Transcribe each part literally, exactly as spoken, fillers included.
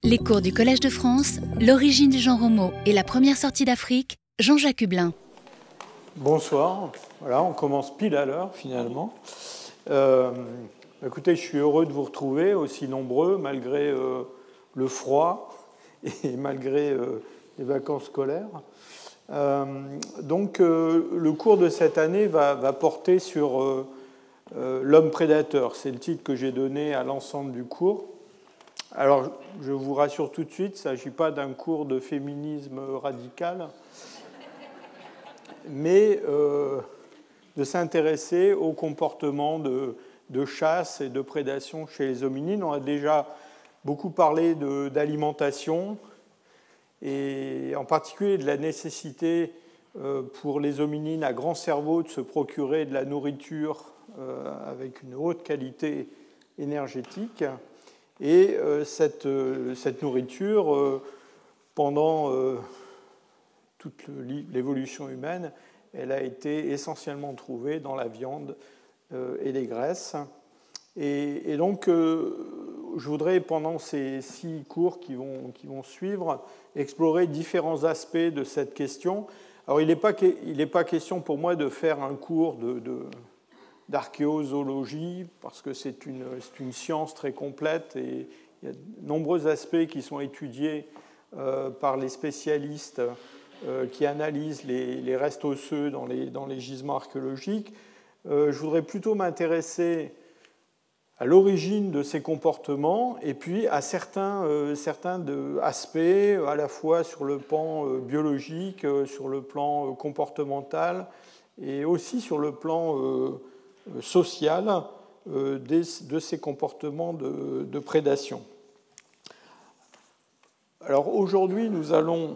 Les cours du Collège de France, l'origine du genre Homo et la première sortie d'Afrique, Jean-Jacques Hublin. Bonsoir, voilà, on commence pile à l'heure finalement. Euh, écoutez, je suis heureux de vous retrouver aussi nombreux malgré euh, le froid et malgré euh, les vacances scolaires. Euh, donc euh, le cours de cette année va, va porter sur euh, euh, l'homme prédateur. C'est le titre que j'ai donné à l'ensemble du cours. Alors je vous rassure tout de suite, il ne s'agit pas d'un cours de féminisme radical, mais euh, de s'intéresser au comportement de, de chasse et de prédation chez les hominines. On a déjà beaucoup parlé de, d'alimentation, et en particulier de la nécessité euh, pour les hominines à grand cerveau de se procurer de la nourriture euh, avec une haute qualité énergétique. Et euh, cette, euh, cette nourriture, euh, pendant euh, toute l'évolution humaine, elle a été essentiellement trouvée dans la viande euh, et les graisses. Et, et donc, euh, je voudrais, pendant ces six cours qui vont, qui vont suivre, explorer différents aspects de cette question. Alors, il n'est pas, il n'est pas question pour moi de faire un cours de, de, d'archéozoologie, parce que c'est une, c'est une science très complète et il y a de nombreux aspects qui sont étudiés euh, par les spécialistes euh, qui analysent les, les restes osseux dans les, dans les gisements archéologiques. Euh, je voudrais plutôt m'intéresser à l'origine de ces comportements et puis à certains, euh, certains de, aspects, à la fois sur le plan euh, biologique, euh, sur le plan euh, comportemental et aussi sur le plan euh, social euh, des, de ces comportements de, de prédation. Alors aujourd'hui, nous allons...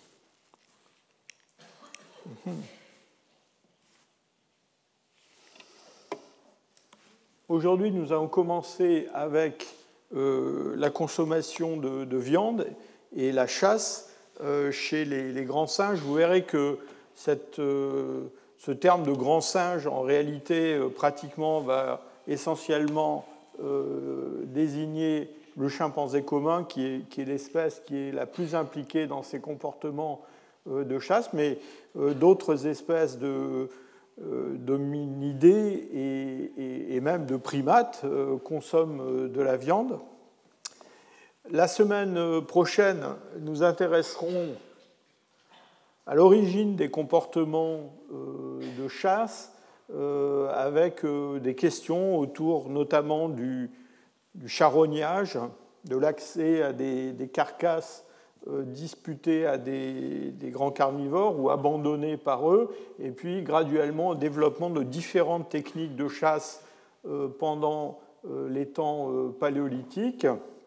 Aujourd'hui, nous allons commencer avec euh, la consommation de, de viande et la chasse euh, chez les, les grands singes. Vous verrez que cette, euh, ce terme de grand singe, en réalité, euh, pratiquement, va essentiellement euh, désigner le chimpanzé commun, qui est, qui est l'espèce qui est la plus impliquée dans ces comportements euh, de chasse, mais euh, d'autres espèces de d'hominidés et, et, et même de primates euh, consomment de la viande. La semaine prochaine, nous intéresserons à l'origine des comportements euh, de chasse euh, avec euh, des questions autour notamment du, du charognage, de l'accès à des, des carcasses disputés à des, des grands carnivores ou abandonnés par eux, et puis graduellement au développement de différentes techniques de chasse euh, pendant euh, les temps euh, paléolithiques.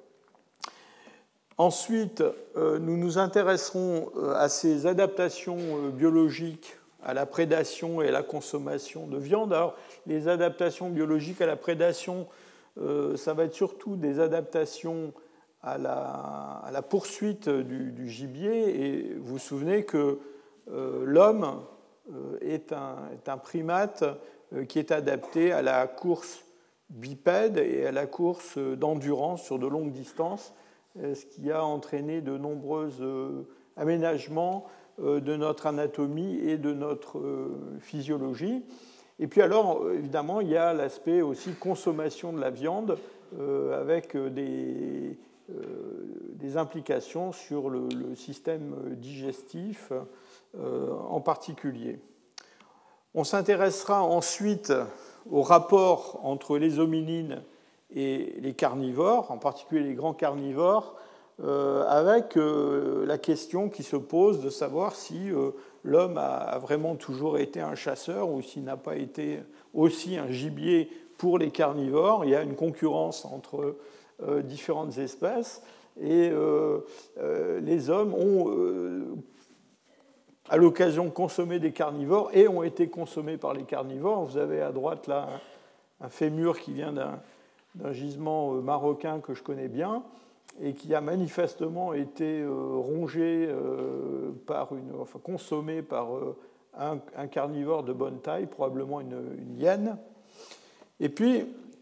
Ensuite, euh, nous nous intéresserons euh, à ces adaptations euh, biologiques à la prédation et à la consommation de viande. Alors, les adaptations biologiques à la prédation, euh, ça va être surtout des adaptations à la, à la poursuite du, du gibier. Et vous vous souvenez que euh, l'homme euh, est, un, est un primate euh, qui est adapté à la course bipède et à la course d'endurance sur de longues distances, euh, ce qui a entraîné de nombreux euh, aménagements euh, de notre anatomie et de notre euh, physiologie. Et puis alors, évidemment, il y a l'aspect aussi consommation de la viande euh, avec des... des implications sur le, le système digestif euh, en particulier. On s'intéressera ensuite au rapport entre les hominines et les carnivores, en particulier les grands carnivores, euh, avec euh, la question qui se pose de savoir si euh, l'homme a, a vraiment toujours été un chasseur ou s'il n'a pas été aussi un gibier pour les carnivores. Il y a une concurrence entre Euh, différentes espèces, et euh, euh, les hommes ont, euh, à l'occasion, consommé des carnivores et ont été consommés par les carnivores. Vous avez à droite là un, un fémur qui vient d'un, d'un gisement marocain que je connais bien et qui a manifestement été euh, rongé euh, par une, enfin consommé par euh, un, un carnivore de bonne taille, probablement une, une hyène. Et puis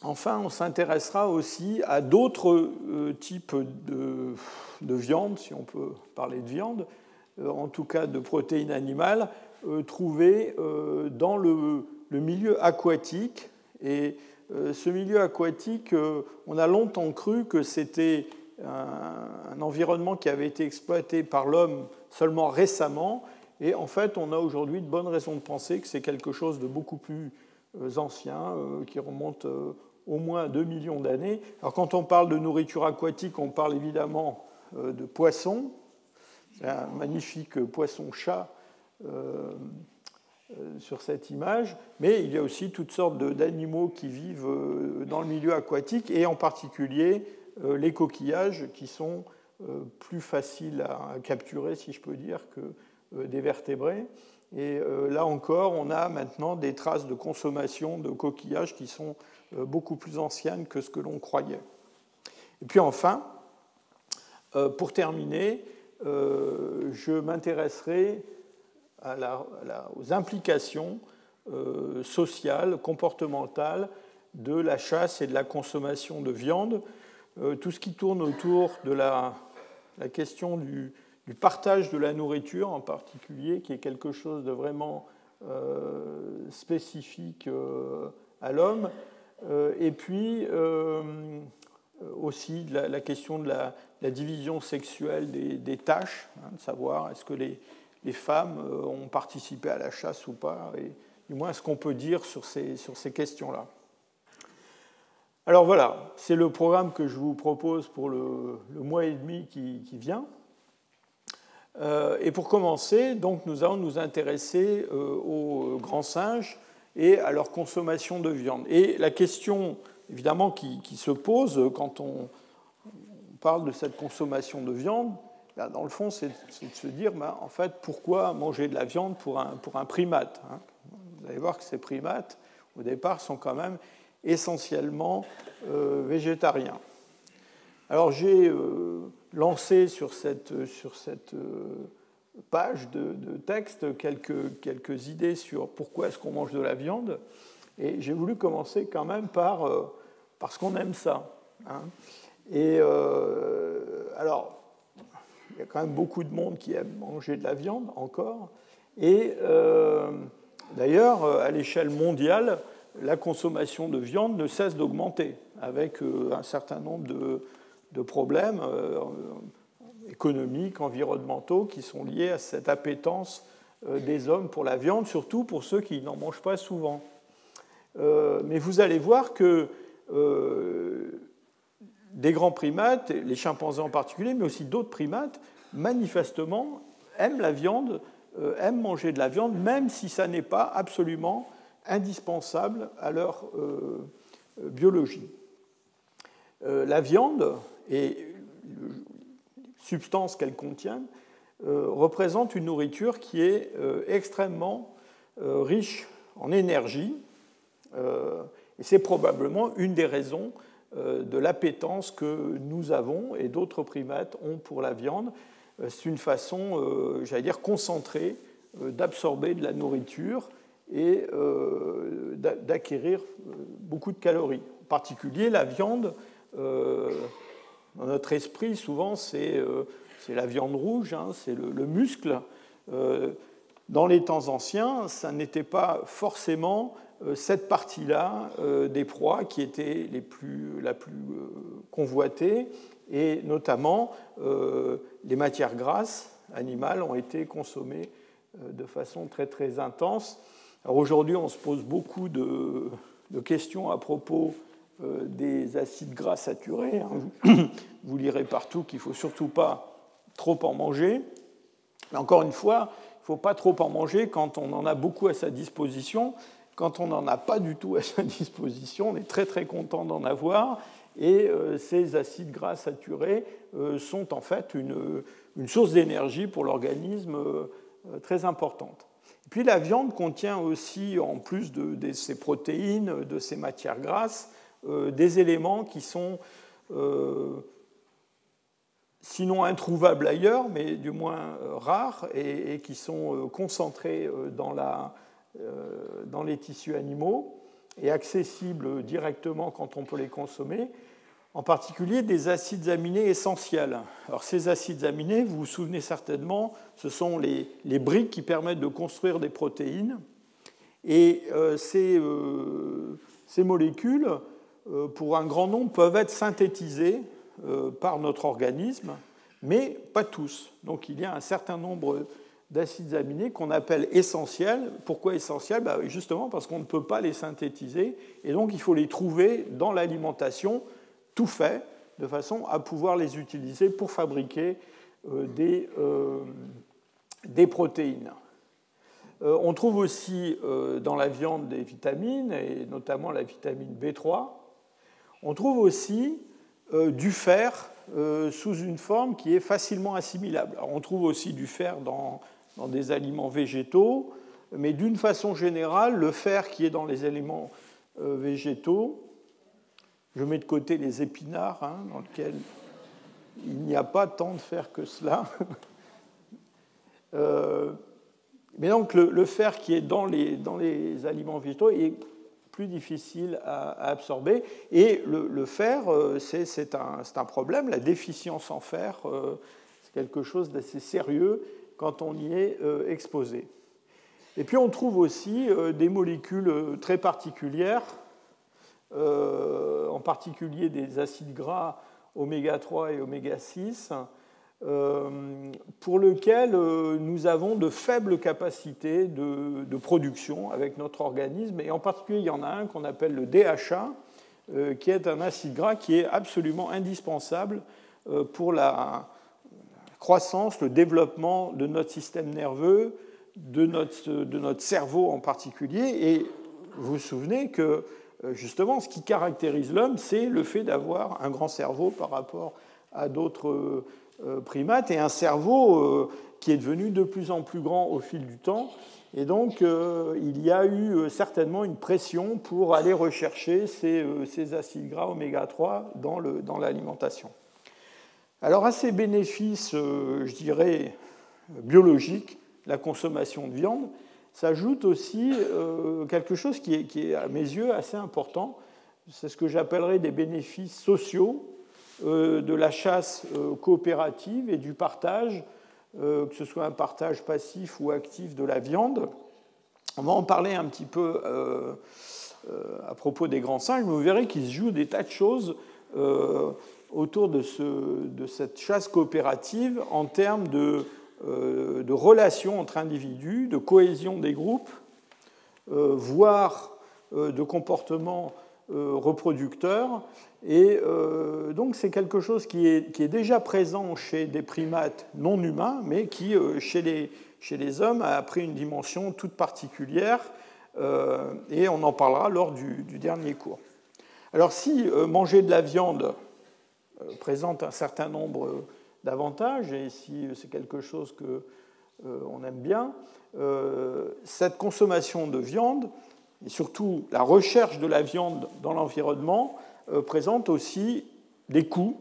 enfin, on s'intéressera aussi à d'autres euh, types de, de viande, si on peut parler de viande, euh, en tout cas de protéines animales, euh, trouvées euh, dans le, le milieu aquatique. Et euh, ce milieu aquatique, euh, on a longtemps cru que c'était un, un environnement qui avait été exploité par l'homme seulement récemment. Et en fait, on a aujourd'hui de bonnes raisons de penser que c'est quelque chose de beaucoup plus euh, ancien, euh, qui remonte euh, au moins à deux millions d'années. Alors, quand on parle de nourriture aquatique, on parle évidemment euh, de poissons. C'est un magnifique poisson-chat euh, euh, sur cette image. Mais il y a aussi toutes sortes d'animaux qui vivent euh, dans le milieu aquatique, et en particulier euh, les coquillages, qui sont euh, plus faciles à, à capturer, si je peux dire, que des vertébrés. Et là encore, on a maintenant des traces de consommation de coquillages qui sont beaucoup plus anciennes que ce que l'on croyait. Et puis enfin, pour terminer, je m'intéresserai à la, à la, aux implications sociales, comportementales de la chasse et de la consommation de viande, tout ce qui tourne autour de la, la question du du partage de la nourriture en particulier, qui est quelque chose de vraiment euh, spécifique euh, à l'homme, euh, et puis euh, aussi la, la question de la, la division sexuelle des, des tâches, hein, de savoir est-ce que les, les femmes ont participé à la chasse ou pas, et du moins ce qu'on peut dire sur ces, sur ces questions-là. Alors voilà, c'est le programme que je vous propose pour le, le mois et demi qui, qui vient. Et pour commencer, donc, nous allons nous intéresser aux grands singes et à leur consommation de viande. Et la question, évidemment, qui, qui se pose quand on, on parle de cette consommation de viande, là, dans le fond, c'est de se dire, ben, en fait, pourquoi manger de la viande pour un, pour un primate, hein ? Vous allez voir que ces primates, au départ, sont quand même essentiellement euh, végétariens. Alors, j'ai euh, lancé sur cette, sur cette euh, page de, de texte quelques, quelques idées sur pourquoi est-ce qu'on mange de la viande. Et j'ai voulu commencer quand même par euh, parce qu'on aime ça. Hein. Et euh, alors, il y a quand même beaucoup de monde qui aime manger de la viande encore. Et euh, d'ailleurs, à l'échelle mondiale, la consommation de viande ne cesse d'augmenter, avec euh, un certain nombre de de problèmes euh, économiques, environnementaux, qui sont liés à cette appétence euh, des hommes pour la viande, surtout pour ceux qui n'en mangent pas souvent. Euh, mais vous allez voir que euh, des grands primates, les chimpanzés en particulier, mais aussi d'autres primates, manifestement aiment la viande, euh, aiment manger de la viande, même si ça n'est pas absolument indispensable à leur euh, biologie. Euh, la viande et les substances qu'elle contient euh, représentent une nourriture qui est euh, extrêmement euh, riche en énergie, euh, et c'est probablement une des raisons euh, de l'appétence que nous avons et d'autres primates ont pour la viande. Euh, c'est une façon, euh, j'allais dire, concentrée euh, d'absorber de la nourriture et euh, d'acquérir beaucoup de calories. En particulier, la viande, euh, dans notre esprit, souvent, c'est euh, la viande rouge, hein, c'est le, le muscle. Euh, dans les temps anciens, ça n'était pas forcément euh, cette partie-là euh, des proies qui était les plus, la plus euh, convoitée, et notamment euh, les matières grasses animales ont été consommées euh, de façon très très intense. Alors aujourd'hui, on se pose beaucoup de, de questions à propos euh, des acides gras saturés. Hein. Vous lirez partout qu'il ne faut surtout pas trop en manger. Mais encore une fois, il ne faut pas trop en manger quand on en a beaucoup à sa disposition. Quand on n'en a pas du tout à sa disposition, on est très très content d'en avoir. Et euh, ces acides gras saturés euh, sont en fait une, une source d'énergie pour l'organisme euh, très importante. Et puis la viande contient aussi, en plus de, de ces protéines, de ces matières grasses, euh, des éléments qui sont euh, sinon introuvables ailleurs, mais du moins euh, rares, et, et qui sont euh, concentrés euh, dans, la, euh, dans les tissus animaux. et accessibles directement quand on peut les consommer, en particulier des acides aminés essentiels. Alors ces acides aminés, vous vous souvenez certainement, ce sont les, les briques qui permettent de construire des protéines. Et euh, ces, euh, ces molécules, euh, pour un grand nombre, peuvent être synthétisées euh, par notre organisme, mais pas tous. Donc il y a un certain nombre d'acides aminés qu'on appelle essentiels. Pourquoi essentiels? Ben justement parce qu'on ne peut pas les synthétiser, et donc il faut les trouver dans l'alimentation, tout fait, de façon à pouvoir les utiliser pour fabriquer euh, des, euh, des protéines. Euh, on trouve aussi euh, dans la viande des vitamines, et notamment la vitamine B trois. On trouve aussi euh, du fer euh, sous une forme qui est facilement assimilable. Alors, on trouve aussi du fer dans, dans des aliments végétaux, mais d'une façon générale, le fer qui est dans les aliments euh, végétaux, je mets de côté les épinards, hein, dans lesquels il n'y a pas tant de fer que cela. euh, mais donc le, le fer qui est dans les, dans les aliments végétaux est plus difficile à, à absorber. Et le, le fer, c'est, c'est, un, c'est un problème. La déficience en fer, euh, c'est quelque chose d'assez sérieux quand on y est euh, exposé. Et puis on trouve aussi euh, des molécules très particulières, Euh, en particulier des acides gras oméga trois et oméga six, euh, pour lesquels euh, nous avons de faibles capacités de, de production avec notre organisme. Et en particulier, il y en a un qu'on appelle le D H A, euh, qui est un acide gras qui est absolument indispensable euh, pour la croissance, le développement de notre système nerveux, de notre, de notre cerveau en particulier. Et vous vous souvenez que justement, ce qui caractérise l'homme, c'est le fait d'avoir un grand cerveau par rapport à d'autres primates, et un cerveau qui est devenu de plus en plus grand au fil du temps. Et donc, il y a eu certainement une pression pour aller rechercher ces, ces acides gras oméga trois dans, le, dans l'alimentation. Alors, à ces bénéfices, je dirais, biologiques, la consommation de viande, s'ajoute aussi euh, quelque chose qui est, qui est, à mes yeux, assez important. C'est ce que j'appellerais des bénéfices sociaux euh, de la chasse euh, coopérative et du partage, euh, que ce soit un partage passif ou actif de la viande. On va en parler un petit peu euh, euh, à propos des grands singes, mais vous verrez qu'il se joue des tas de choses euh, autour de, ce, de cette chasse coopérative en termes de de relations entre individus, de cohésion des groupes, euh, voire euh, de comportements euh, reproducteurs. Et euh, donc c'est quelque chose qui est, qui est déjà présent chez des primates non humains, mais qui, euh, chez, les, chez les hommes, a pris une dimension toute particulière, euh, et on en parlera lors du, du dernier cours. Alors si euh, manger de la viande euh, présente un certain nombre d'avantages, et si c'est quelque chose qu'on euh, aime bien, euh, cette consommation de viande, et surtout la recherche de la viande dans l'environnement, euh, présente aussi des coûts.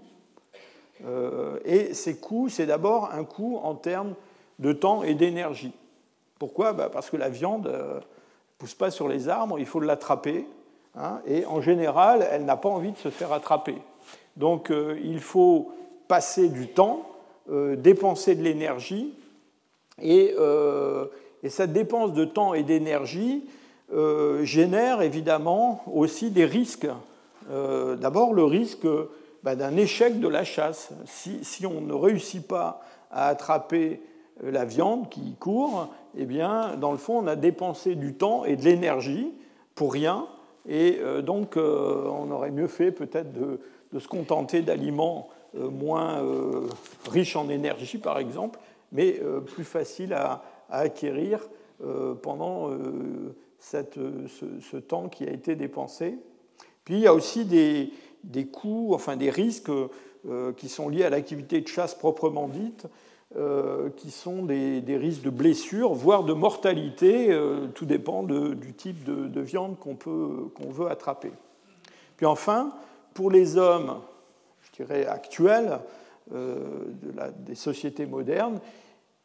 Euh, et ces coûts, c'est d'abord un coût en termes de temps et d'énergie. Pourquoi? Ben parce que la viande ne euh, pousse pas sur les arbres, il faut l'attraper, hein, et en général, elle n'a pas envie de se faire attraper. Donc euh, il faut passer du temps, euh, dépenser de l'énergie, et, euh, et cette dépense de temps et d'énergie euh, génère évidemment aussi des risques. Euh, d'abord, le risque bah, d'un échec de la chasse. Si, si on ne réussit pas à attraper la viande qui court, eh bien, dans le fond, on a dépensé du temps et de l'énergie pour rien, et euh, donc euh, on aurait mieux fait peut-être de, de se contenter d'aliments moins euh, riche en énergie, par exemple, mais euh, plus facile à, à acquérir euh, pendant euh, cette, ce, ce temps qui a été dépensé. Puis il y a aussi des, des coûts, enfin des risques euh, qui sont liés à l'activité de chasse proprement dite, euh, qui sont des, des risques de blessures, voire de mortalité, euh, tout dépend de, du type de, de viande qu'on peut, qu'on veut attraper. Puis enfin, pour les hommes, je dirais, actuelle euh, de la, des sociétés modernes,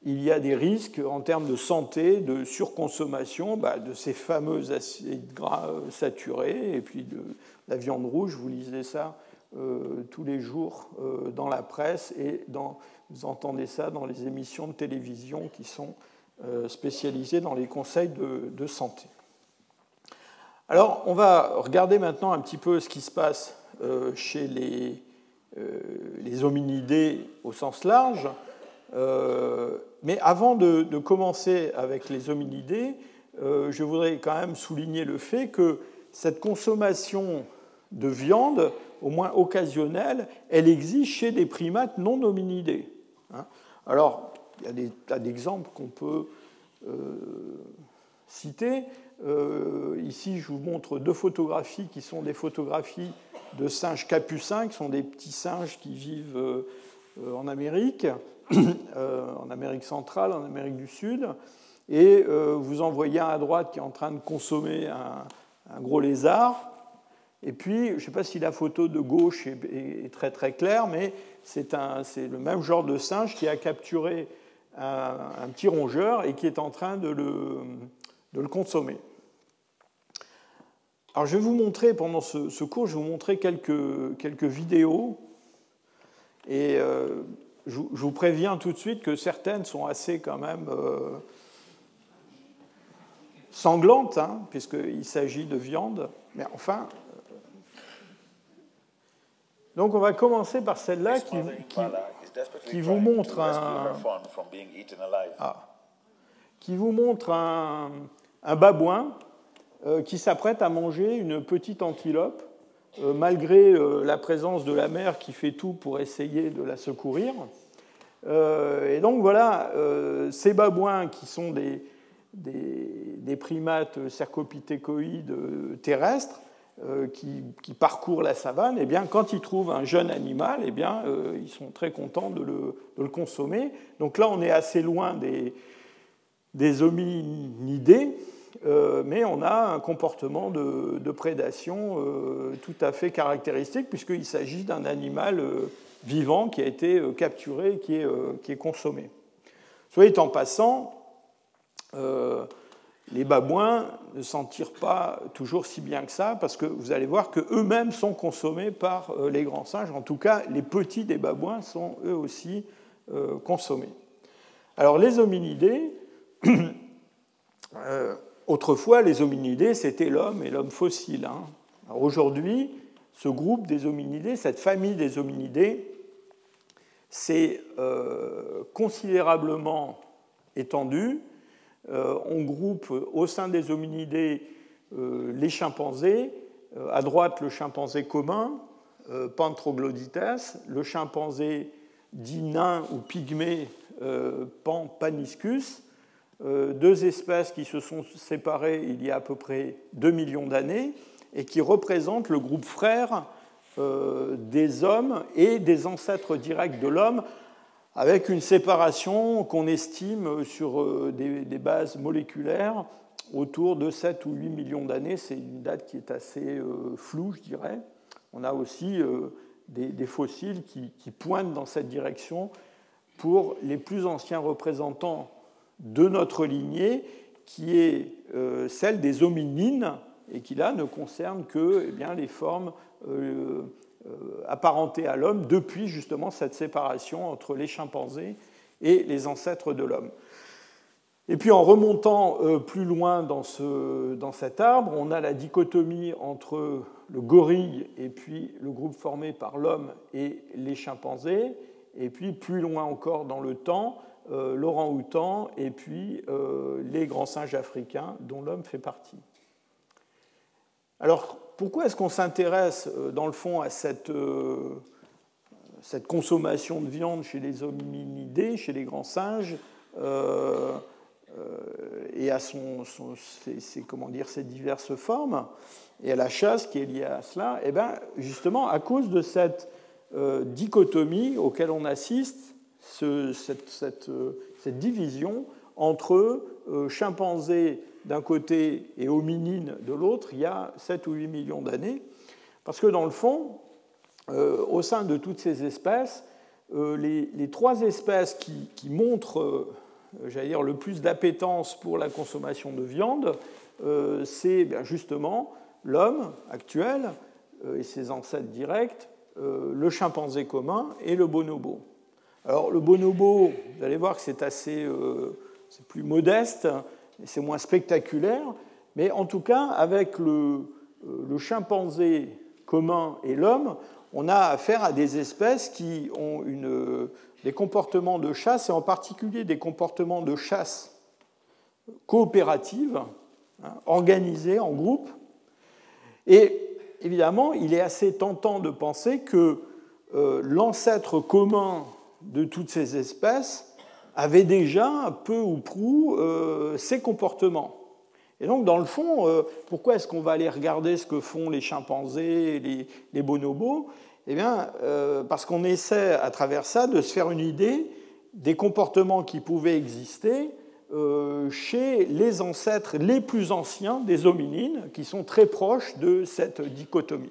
il y a des risques en termes de santé, de surconsommation bah, de ces fameux acides gras saturés et puis de la viande rouge. Vous lisez ça euh, tous les jours euh, dans la presse et dans, vous entendez ça dans les émissions de télévision qui sont euh, spécialisées dans les conseils de, de santé. Alors, on va regarder maintenant un petit peu ce qui se passe euh, chez les, euh, les hominidés au sens large. Euh, mais avant de, de commencer avec les hominidés, euh, je voudrais quand même souligner le fait que cette consommation de viande, au moins occasionnelle, elle existe chez des primates non hominidés. Hein. Alors, il y a des tas d'exemples qu'on peut euh, citer. Euh, ici, je vous montre deux photographies qui sont des photographies de singes capucins, qui sont des petits singes qui vivent euh, en Amérique. Euh, en Amérique centrale, en Amérique du Sud, et euh, vous en voyez un à droite qui est en train de consommer un, un gros lézard, et puis, je ne sais pas si la photo de gauche est, est, est très très claire, mais c'est, un, c'est le même genre de singe qui a capturé un, un petit rongeur et qui est en train de le, de le consommer. Alors, je vais vous montrer, pendant ce, ce cours, je vais vous montrer quelques, quelques vidéos, et euh, je vous préviens tout de suite que certaines sont assez quand même euh, sanglantes, hein, puisqu'il s'agit de viande. Mais enfin... Donc on va commencer par celle-là qui, qui, qui vous montre un... Ah, qui vous montre un, un babouin euh, qui s'apprête à manger une petite antilope, euh, malgré euh, la présence de la mère qui fait tout pour essayer de la secourir. Euh, et donc voilà, euh, ces babouins qui sont des, des, des primates cercopithécoïdes terrestres euh, qui, qui parcourent la savane, eh bien, quand ils trouvent un jeune animal, eh bien, euh, ils sont très contents de le, de le consommer. Donc là, on est assez loin des, des hominidés, euh, mais on a un comportement de, de prédation euh, tout à fait caractéristique, puisqu'il s'agit d'un animal euh, vivant qui a été capturé et qui est, euh, qui est consommé. Soit dit en passant, euh, les babouins ne s'en tirent pas toujours si bien que ça, parce que vous allez voir qu'eux-mêmes sont consommés par euh, les grands singes. En tout cas, les petits des babouins sont eux aussi euh, consommés. Alors, les hominidés, euh, autrefois, les hominidés, c'était l'homme et l'homme fossile. Hein. Alors, aujourd'hui, ce groupe des hominidés, cette famille des hominidés, s'est euh, considérablement étendu. Euh, on groupe au sein des hominidés euh, les chimpanzés. Euh, à droite, le chimpanzé commun, euh, Pan troglodytes, le chimpanzé dit nain ou pygmée, euh, Pan paniscus, euh, deux espèces qui se sont séparées il y a à peu près deux millions d'années et qui représentent le groupe frère euh, des hommes et des ancêtres directs de l'homme, avec une séparation qu'on estime sur euh, des, des bases moléculaires autour de sept ou huit millions d'années. C'est une date qui est assez euh, floue, je dirais. On a aussi euh, des, des fossiles qui, qui pointent dans cette direction pour les plus anciens représentants de notre lignée, qui est euh, celle des hominines, et qui là ne concerne que eh bien, les formes euh, euh, apparentées à l'homme depuis justement cette séparation entre les chimpanzés et les ancêtres de l'homme. Et puis en remontant euh, plus loin dans, ce, dans cet arbre, on a la dichotomie entre le gorille et puis le groupe formé par l'homme et les chimpanzés, et puis plus loin encore dans le temps, euh, l'orang-outan et puis euh, les grands singes africains dont l'homme fait partie. Alors, pourquoi est-ce qu'on s'intéresse, dans le fond, à cette, euh, cette consommation de viande chez les hominidés, chez les grands singes, euh, euh, et à son, son, ses, ses, comment dire, ses diverses formes, et à la chasse qui est liée à cela? Eh bien, justement, à cause de cette euh, dichotomie auquel on assiste, ce, cette, cette, euh, cette division entre euh, chimpanzés d'un côté et hominines de l'autre, il y a sept ou huit millions d'années, parce que dans le fond, euh, au sein de toutes ces espèces, euh, les, les trois espèces qui, qui montrent j'allais dire, le plus d'appétence pour la consommation de viande, euh, c'est bien justement l'homme actuel euh, et ses ancêtres directs, euh, le chimpanzé commun et le bonobo. Alors le bonobo, vous allez voir que c'est assez, euh, c'est plus modeste et c'est moins spectaculaire, mais en tout cas avec le, le chimpanzé commun et l'homme, on a affaire à des espèces qui ont une, des comportements de chasse, et en particulier des comportements de chasse coopérative, hein, organisés en groupe. Et évidemment, il est assez tentant de penser que euh, l'ancêtre commun de toutes ces espèces avait déjà, peu ou prou, euh, ces comportements. Et donc, dans le fond, euh, pourquoi est-ce qu'on va aller regarder ce que font les chimpanzés et les, les bonobos ? Eh bien, euh, parce qu'on essaie, à travers ça, de se faire une idée des comportements qui pouvaient exister euh, chez les ancêtres les plus anciens des hominines, qui sont très proches de cette dichotomie.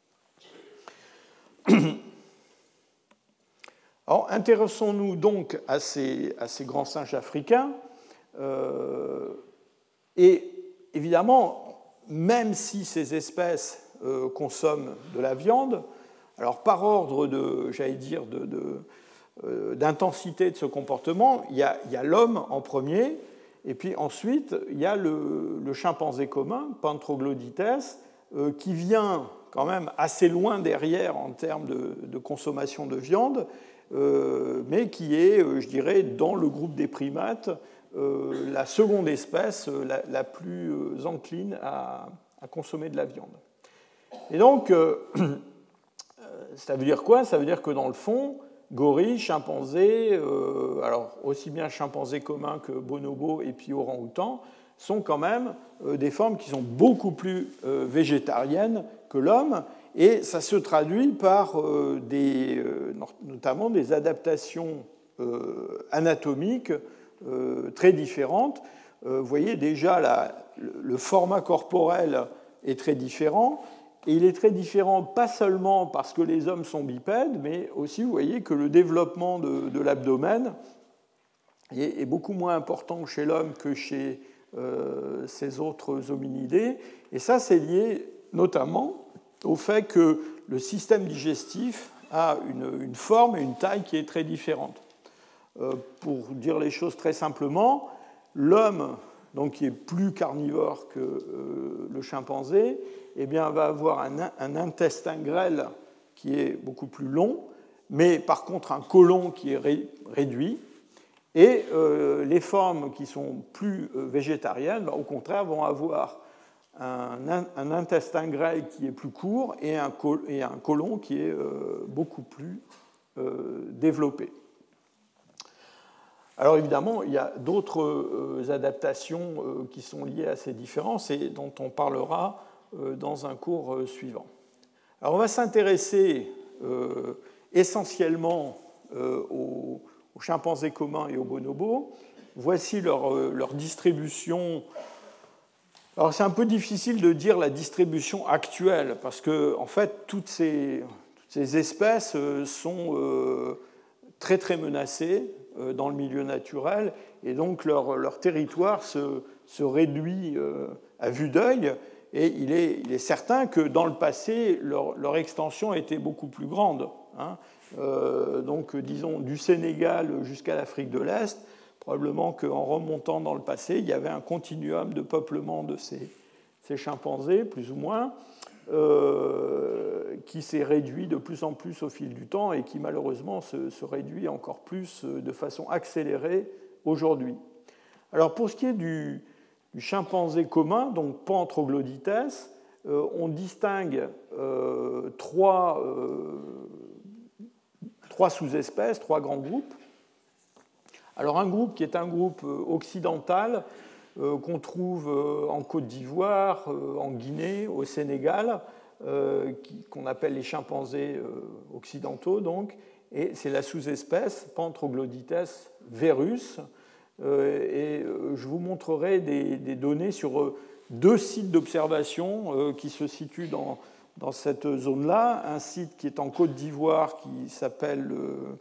Alors, intéressons-nous donc à ces, à ces grands singes africains. Euh, et évidemment, même si ces espèces euh, consomment de la viande, alors par ordre de, j'allais dire, de, de, euh, d'intensité de ce comportement, il y a, il y a l'homme en premier, et puis ensuite il y a le, le chimpanzé commun, Pantroglodytes, euh, qui vient quand même assez loin derrière en termes de, de consommation de viande, euh, mais qui est, euh, je dirais, dans le groupe des primates, euh, la seconde espèce la, la plus euh, encline à, à consommer de la viande. Et donc, euh, ça veut dire quoi ? Ça veut dire que dans le fond, gorille, chimpanzé, euh, alors aussi bien chimpanzé commun que bonobo et puis orang-outan, sont quand même euh, des formes qui sont beaucoup plus euh, végétariennes que l'homme, et ça se traduit par euh, des, euh, notamment des adaptations euh, anatomiques euh, très différentes. Euh, vous voyez déjà la, le format corporel est très différent. Et il est très différent, pas seulement parce que les hommes sont bipèdes, mais aussi, vous voyez, que le développement de, de l'abdomen est, est beaucoup moins important chez l'homme que chez euh, ces autres hominidés. Et ça, c'est lié notamment au fait que le système digestif a une, une forme et une taille qui est très différente. Euh, pour dire les choses très simplement, l'homme, donc, qui est plus carnivore que euh, le chimpanzé, eh bien, va avoir un, un intestin grêle qui est beaucoup plus long, mais par contre un côlon qui est ré, réduit. Et euh, les formes qui sont plus euh, végétariennes, ben, au contraire, vont avoir un, un intestin grêle qui est plus court et un, et un côlon qui est euh, beaucoup plus euh, développé. Alors évidemment, il y a d'autres euh, adaptations euh, qui sont liées à ces différences et dont on parlera euh, dans un cours euh, suivant. Alors on va s'intéresser euh, essentiellement euh, aux, aux chimpanzés communs et aux bonobos. Voici leur, euh, leur distribution. Alors c'est un peu difficile de dire la distribution actuelle parce que en fait toutes ces, toutes ces espèces euh, sont euh, très très menacées dans le milieu naturel, et donc leur, leur territoire se, se réduit à vue d'œil, et il est, il est certain que dans le passé, leur, leur extension était beaucoup plus grande. Hein. Euh, donc, disons, du Sénégal jusqu'à l'Afrique de l'Est, probablement qu'en remontant dans le passé, il y avait un continuum de peuplement de ces, ces chimpanzés, plus ou moins, Euh, qui s'est réduit de plus en plus au fil du temps et qui malheureusement se, se réduit encore plus de façon accélérée aujourd'hui. Alors pour ce qui est du, du chimpanzé commun, donc Pantroglodytes, euh, on distingue euh, trois, euh, trois sous-espèces, trois grands groupes. Alors un groupe qui est un groupe occidental, Euh, qu'on trouve euh, en Côte d'Ivoire, euh, en Guinée, au Sénégal, euh, qui, qu'on appelle les chimpanzés euh, occidentaux, donc, et c'est la sous-espèce Pantroglodytes verus. Euh, et euh, je vous montrerai des, des données sur euh, deux sites d'observation euh, qui se situent dans, dans cette zone-là. Un site qui est en Côte d'Ivoire qui s'appelle euh,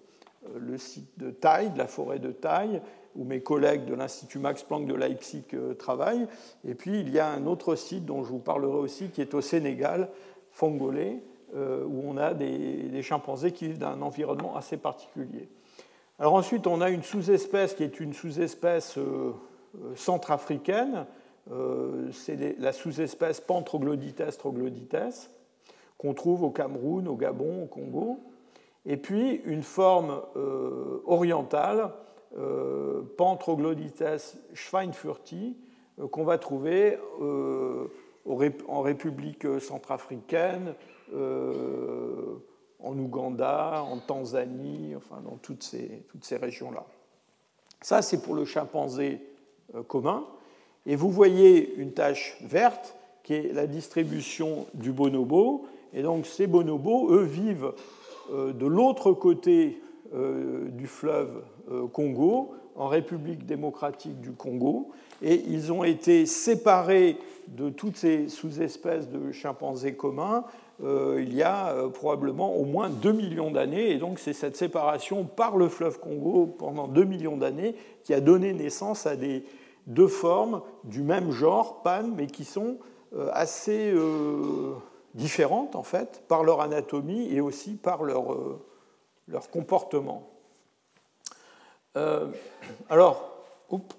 le site de Taille, de la forêt de Taille, où mes collègues de l'Institut Max Planck de Leipzig travaillent. Et puis, il y a un autre site dont je vous parlerai aussi, qui est au Sénégal, Fongolé, où on a des, des chimpanzés qui vivent dans un environnement assez particulier. Alors ensuite, on a une sous-espèce qui est une sous-espèce euh, centrafricaine. Euh, c'est la sous-espèce Pan-troglodytes troglodytes, qu'on trouve au Cameroun, au Gabon, au Congo. Et puis une forme euh, orientale, euh, Pan-troglodytes schweinfurti, euh, qu'on va trouver euh, en République centrafricaine, euh, en Ouganda, en Tanzanie, enfin dans toutes ces, toutes ces régions-là. Ça, c'est pour le chimpanzé euh, commun. Et vous voyez une tache verte qui est la distribution du bonobo. Et donc ces bonobos, eux, vivent euh, de l'autre côté euh, du fleuve euh, Congo, en République démocratique du Congo. Et ils ont été séparés de toutes ces sous-espèces de chimpanzés communs euh, il y a euh, probablement au moins deux millions d'années. Et donc c'est cette séparation par le fleuve Congo pendant deux millions d'années qui a donné naissance à des deux formes du même genre, Pan, mais qui sont euh, assez euh, différentes en fait par leur anatomie et aussi par leur, euh, leur comportement. Euh, alors, oups.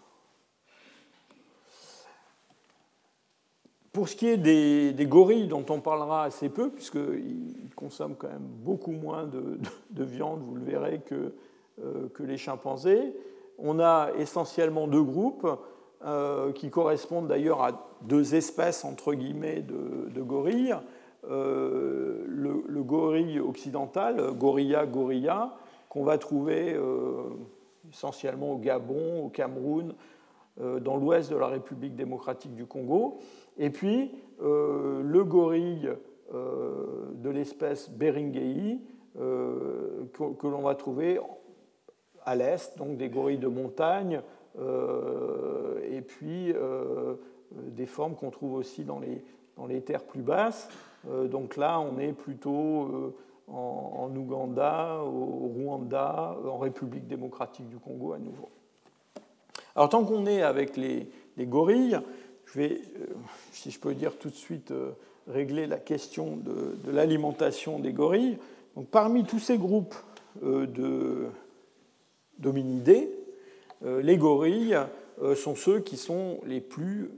Pour ce qui est des, des gorilles, dont on parlera assez peu, puisqu'ils consomment quand même beaucoup moins de, de, de viande, vous le verrez, que, euh, que les chimpanzés, on a essentiellement deux groupes euh, qui correspondent d'ailleurs à deux espèces, entre guillemets, de, de gorilles. Euh, le, le gorille occidental, Gorilla gorilla, qu'on va trouver euh, essentiellement au Gabon, au Cameroun, euh, dans l'ouest de la République démocratique du Congo. Et puis, euh, le gorille euh, de l'espèce Beringei, euh, que, que l'on va trouver à l'est, donc des gorilles de montagne, euh, et puis euh, des formes qu'on trouve aussi dans les, dans les terres plus basses. Euh, donc là, on est plutôt euh, en, en Ouganda, au Rwanda, en République démocratique du Congo à nouveau. Alors, tant qu'on est avec les, les gorilles, je vais, si je peux dire tout de suite, régler la question de, de l'alimentation des gorilles. Donc, parmi tous ces groupes de d'hominidés, les gorilles sont ceux qui sont les plus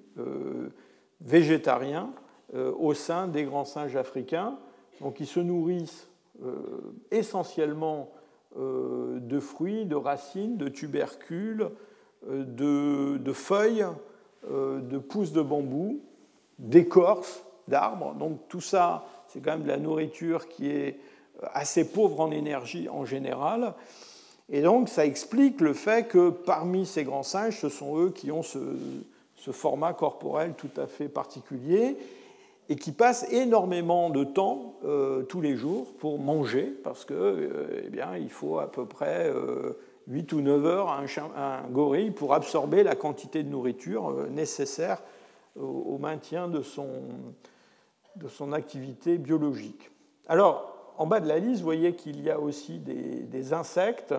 végétariens au sein des grands singes africains. Donc, ils se nourrissent essentiellement de fruits, de racines, de tubercules, de, de feuilles, de pousses de bambou, d'écorces d'arbres. Donc tout ça, c'est quand même de la nourriture qui est assez pauvre en énergie en général. Et donc ça explique le fait que parmi ces grands singes, ce sont eux qui ont ce, ce format corporel tout à fait particulier et qui passent énormément de temps euh, tous les jours pour manger, parce que euh, eh bien, il faut à peu près euh, huit ou neuf heures à un, un gorille pour absorber la quantité de nourriture euh, nécessaire au, au maintien de son, de son activité biologique. Alors, en bas de la liste, vous voyez qu'il y a aussi des, des insectes,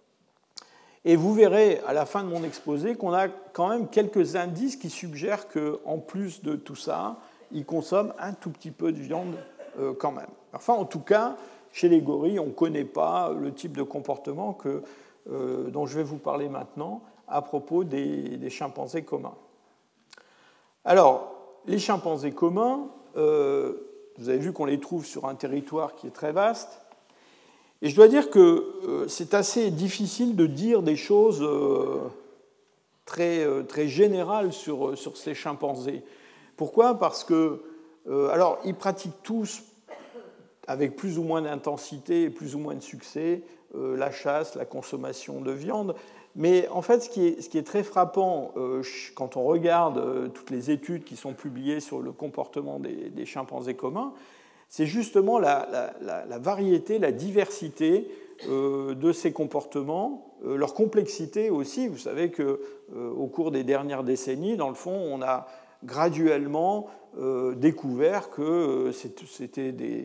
et vous verrez à la fin de mon exposé qu'on a quand même quelques indices qui suggèrent qu'en plus de tout ça, ils consomment un tout petit peu de viande euh, quand même. Enfin, en tout cas, chez les gorilles, on ne connaît pas le type de comportement que, euh, dont je vais vous parler maintenant à propos des, des chimpanzés communs. Alors, les chimpanzés communs, euh, vous avez vu qu'on les trouve sur un territoire qui est très vaste, et je dois dire que euh, c'est assez difficile de dire des choses euh, très, euh, très générales sur, sur ces chimpanzés. Pourquoi ? Parce que, euh, alors, ils pratiquent tous, avec plus ou moins d'intensité et plus ou moins de succès, euh, la chasse, la consommation de viande. Mais en fait, ce qui est, ce qui est très frappant euh, quand on regarde euh, toutes les études qui sont publiées sur le comportement des, des chimpanzés communs, c'est justement la, la, la, la variété, la diversité euh, de ces comportements, euh, leur complexité aussi. Vous savez qu'au euh, cours des dernières décennies, dans le fond, on a graduellement euh, découvert que c'était des,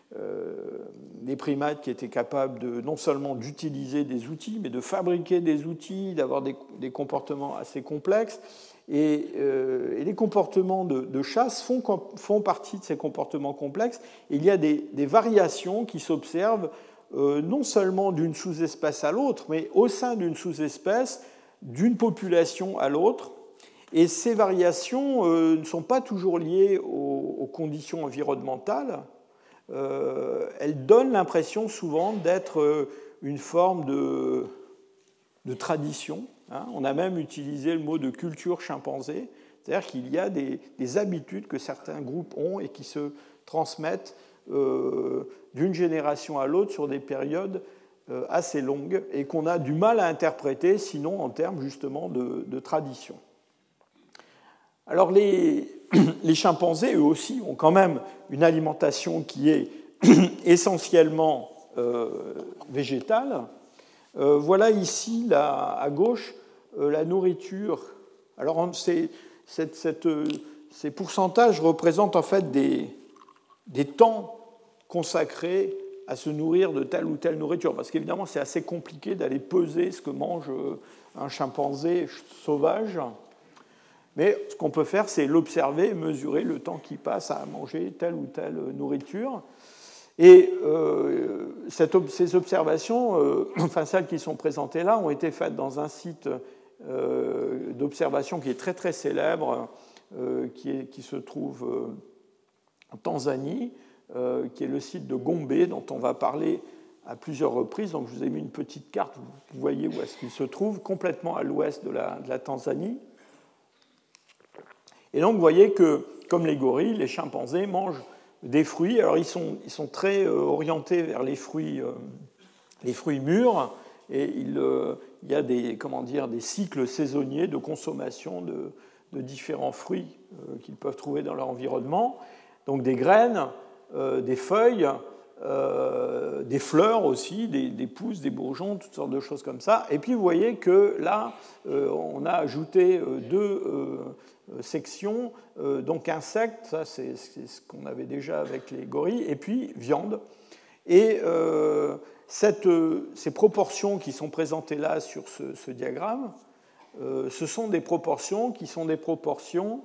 euh, des primates qui étaient capables de, non seulement d'utiliser des outils, mais de fabriquer des outils, d'avoir des, des comportements assez complexes. Et, euh, et les comportements de, de chasse font, font partie de ces comportements complexes. Et il y a des, des variations qui s'observent euh, non seulement d'une sous-espèce à l'autre, mais au sein d'une sous-espèce, d'une population à l'autre. Et ces variations euh, ne sont pas toujours liées aux, aux conditions environnementales. Euh, elles donnent l'impression souvent d'être une forme de, de tradition. Hein. On a même utilisé le mot de culture chimpanzé, c'est-à-dire qu'il y a des, des habitudes que certains groupes ont et qui se transmettent euh, d'une génération à l'autre sur des périodes euh, assez longues et qu'on a du mal à interpréter, sinon en termes justement de, de tradition. Alors les, les chimpanzés, eux aussi, ont quand même une alimentation qui est essentiellement euh, végétale. Euh, voilà ici, là, à gauche, euh, la nourriture. Alors c'est, cette, cette, ces pourcentages représentent en fait des, des temps consacrés à se nourrir de telle ou telle nourriture, parce qu'évidemment c'est assez compliqué d'aller peser ce que mange un chimpanzé sauvage. Mais ce qu'on peut faire, c'est l'observer et mesurer le temps qu'il passe à manger telle ou telle nourriture. Et euh, cette, ces observations, euh, enfin celles qui sont présentées là, ont été faites dans un site euh, d'observation qui est très très célèbre, euh, qui, est, qui se trouve euh, en Tanzanie, euh, qui est le site de Gombe, dont on va parler à plusieurs reprises. Donc je vous ai mis une petite carte, vous voyez où est-ce qu'il se trouve, complètement à l'ouest de la, de la Tanzanie. Et donc, vous voyez que, comme les gorilles, les chimpanzés mangent des fruits. Alors, ils sont, ils sont très orientés vers les fruits, euh, les fruits mûrs, et il, euh, il y a des, comment dire, des cycles saisonniers de consommation de, de différents fruits euh, qu'ils peuvent trouver dans leur environnement. Donc, des graines, euh, des feuilles, euh, des fleurs aussi, des, des pousses, des bourgeons, toutes sortes de choses comme ça. Et puis, vous voyez que là, euh, on a ajouté deux euh, sections, euh, donc insectes, ça c'est, c'est ce qu'on avait déjà avec les gorilles, et puis viande. Et euh, cette, ces proportions qui sont présentées là sur ce, ce diagramme, euh, ce sont des proportions qui sont des proportions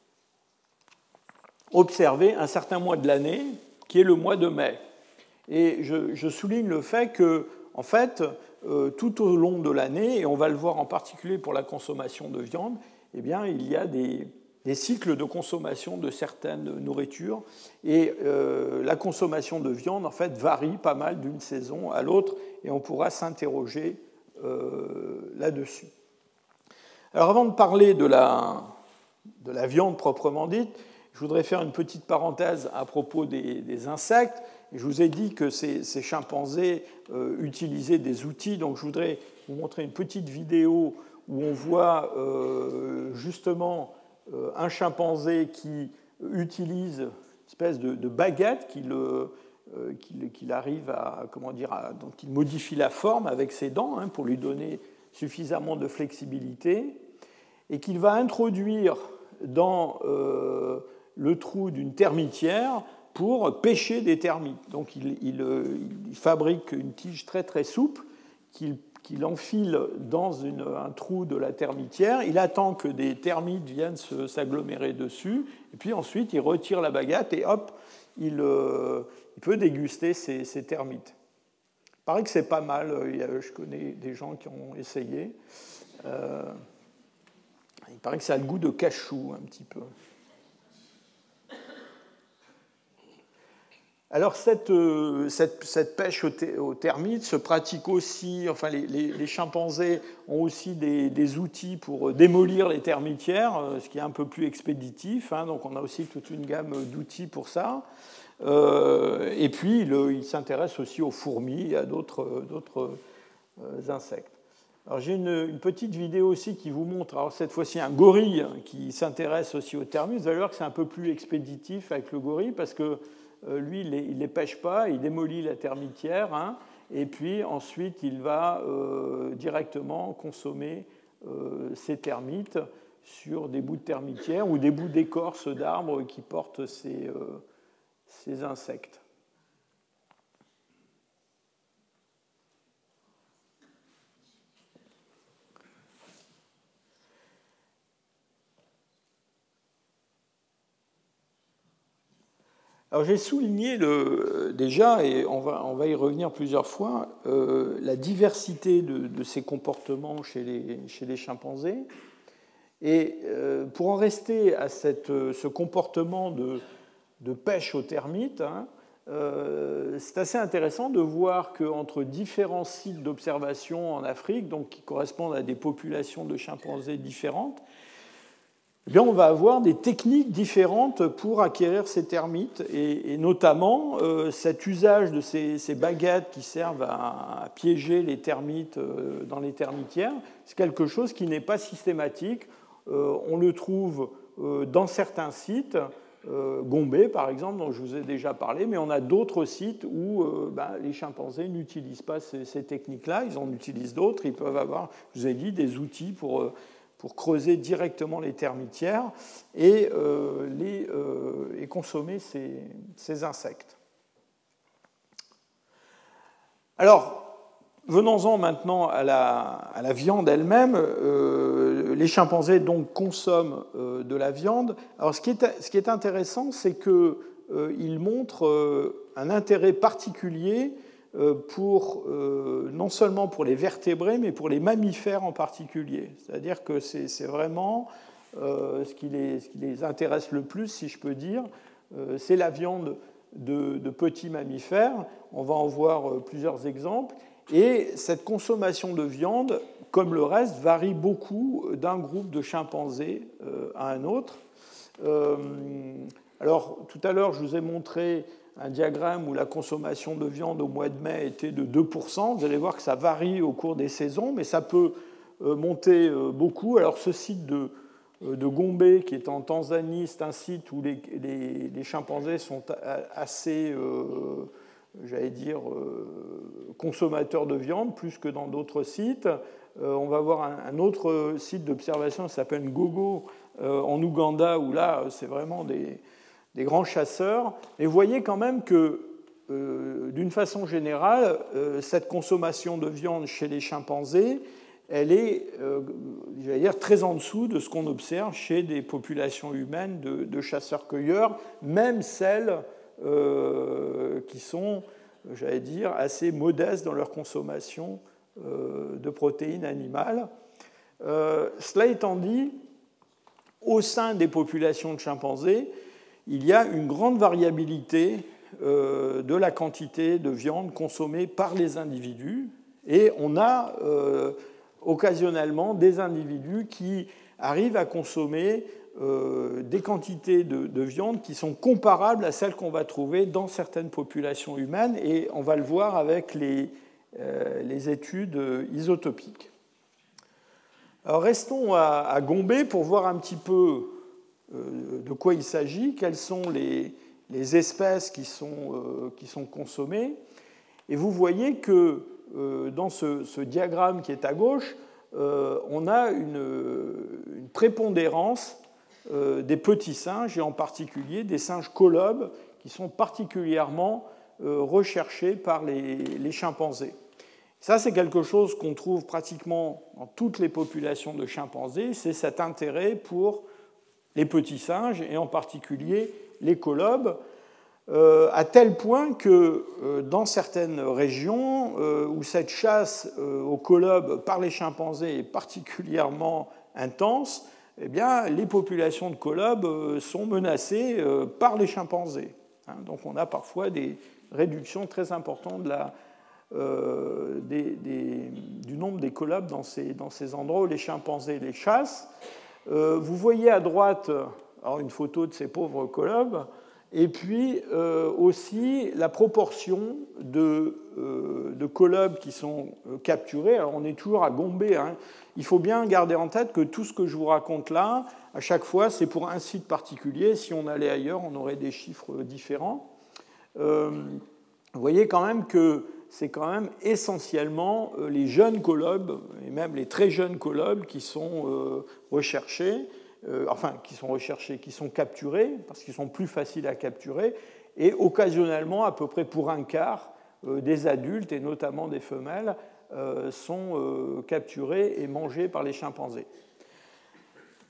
observées un certain mois de l'année, qui est le mois de mai. Et je, je souligne le fait que, en fait, euh, tout au long de l'année, et on va le voir en particulier pour la consommation de viande, eh bien, il y a des, des cycles de consommation de certaines nourritures. Et euh, la consommation de viande, en fait, varie pas mal d'une saison à l'autre, et on pourra s'interroger euh, là-dessus. Alors, avant de parler de la, de la viande proprement dite, je voudrais faire une petite parenthèse à propos des, des insectes. Je vous ai dit que ces, ces chimpanzés euh, utilisaient des outils, donc je voudrais vous montrer une petite vidéo où on voit euh, justement euh, un chimpanzé qui utilise une espèce de, de baguette qu'il, euh, qu'il, qu'il arrive à, comment dire, à, dont il modifie la forme avec ses dents hein, pour lui donner suffisamment de flexibilité, et qu'il va introduire dans euh, le trou d'une termitière pour pêcher des termites. Donc il, il, il fabrique une tige très très souple qu'il, qu'il enfile dans une, un trou de la termitière. Il attend que des termites viennent se, s'agglomérer dessus, et puis ensuite il retire la baguette et hop, il, euh, il peut déguster ces, ces termites. Il paraît que c'est pas mal, je connais des gens qui ont essayé. Euh, il paraît que ça a le goût de cachou un petit peu. Alors cette, cette, cette pêche aux termites se pratique aussi, enfin les, les, les chimpanzés ont aussi des, des outils pour démolir les termitières, ce qui est un peu plus expéditif, hein, donc on a aussi toute une gamme d'outils pour ça. Euh, et puis le, ils s'intéressent aussi aux fourmis et à d'autres, d'autres insectes. Alors j'ai une, une petite vidéo aussi qui vous montre, alors cette fois-ci un gorille qui s'intéresse aussi aux termites. Vous allez voir que c'est un peu plus expéditif avec le gorille parce que lui, il ne les pêche pas, il démolit la termitière, hein, et puis ensuite, il va euh, directement consommer euh, ces termites sur des bouts de termitière ou des bouts d'écorce d'arbres qui portent ces, euh, ces insectes. Alors j'ai souligné le, déjà, et on va, on va y revenir plusieurs fois, euh, la diversité de, de ces comportements chez les, chez les chimpanzés. Et euh, pour en rester à cette, ce comportement de, de pêche aux termites, hein, euh, c'est assez intéressant de voir qu'entre différents sites d'observation en Afrique, donc qui correspondent à des populations de chimpanzés différentes, eh bien, on va avoir des techniques différentes pour acquérir ces termites, et, et notamment euh, cet usage de ces, ces baguettes qui servent à, à piéger les termites euh, dans les termitières, c'est quelque chose qui n'est pas systématique. Euh, on le trouve euh, dans certains sites, euh, Gombe par exemple, dont je vous ai déjà parlé, mais on a d'autres sites où euh, ben, les chimpanzés n'utilisent pas ces, ces techniques-là, ils en utilisent d'autres, ils peuvent avoir, je vous ai dit, des outils pour... Euh, pour creuser directement les termitières et, euh, les, euh, et consommer ces, ces insectes. Alors, venons-en maintenant à la, à la viande elle-même. Euh, les chimpanzés donc consomment euh, de la viande. Alors, ce qui est, ce qui est intéressant, c'est qu'ils euh, montrent euh, un intérêt particulier pour, euh, non seulement pour les vertébrés, mais pour les mammifères en particulier. C'est-à-dire que c'est, c'est vraiment euh, ce, qui les, ce qui les intéresse le plus, si je peux dire, euh, c'est la viande de, de petits mammifères. On va en voir plusieurs exemples. Et cette consommation de viande, comme le reste, varie beaucoup d'un groupe de chimpanzés euh, à un autre. Euh, alors, tout à l'heure, je vous ai montré un diagramme où la consommation de viande au mois de mai était de deux pour cent. Vous allez voir que ça varie au cours des saisons, mais ça peut monter beaucoup. Alors ce site de, de Gombe, qui est en Tanzanie, c'est un site où les, les, les chimpanzés sont assez, euh, j'allais dire, euh, consommateurs de viande, plus que dans d'autres sites. Euh, on va voir un, un autre site d'observation qui s'appelle Gogo, euh, en Ouganda, où là, c'est vraiment des... des grands chasseurs, et vous voyez quand même que, euh, d'une façon générale, euh, cette consommation de viande chez les chimpanzés, elle est, euh, j'allais dire, très en dessous de ce qu'on observe chez des populations humaines de, de chasseurs-cueilleurs, même celles euh, qui sont, j'allais dire, assez modestes dans leur consommation euh, de protéines animales. Euh, cela étant dit, au sein des populations de chimpanzés, il y a une grande variabilité euh, de la quantité de viande consommée par les individus, et on a euh, occasionnellement des individus qui arrivent à consommer euh, des quantités de, de viande qui sont comparables à celles qu'on va trouver dans certaines populations humaines, et on va le voir avec les, euh, les études isotopiques. Alors restons à, à Gombe pour voir un petit peu de quoi il s'agit, quelles sont les, les espèces qui sont, euh, qui sont consommées. Et vous voyez que euh, dans ce, ce diagramme qui est à gauche, euh, on a une, une prépondérance euh, des petits singes, et en particulier des singes colobes, qui sont particulièrement euh, recherchés par les, les chimpanzés. Ça, c'est quelque chose qu'on trouve pratiquement dans toutes les populations de chimpanzés, c'est cet intérêt pour les petits singes, et en particulier les colobes, euh, à tel point que euh, dans certaines régions euh, où cette chasse euh, aux colobes par les chimpanzés est particulièrement intense, eh bien, les populations de colobes euh, sont menacées euh, par les chimpanzés. Hein, donc on a parfois des réductions très importantes de la, euh, des, des, du nombre des colobes dans ces, dans ces endroits où les chimpanzés les chassent. Euh, vous voyez à droite alors, une photo de ces pauvres colobes, et puis euh, aussi la proportion de, euh, de colobes qui sont capturés. Alors on est toujours à Gombe. Hein. Il faut bien garder en tête que tout ce que je vous raconte là, à chaque fois, c'est pour un site particulier. Si on allait ailleurs, on aurait des chiffres différents. Euh, vous voyez quand même que c'est quand même essentiellement les jeunes colobes, et même les très jeunes colobes, qui sont recherchés, enfin, qui sont recherchés, qui sont capturés, parce qu'ils sont plus faciles à capturer, et occasionnellement, à peu près pour un quart, des adultes, et notamment des femelles, sont capturés et mangés par les chimpanzés.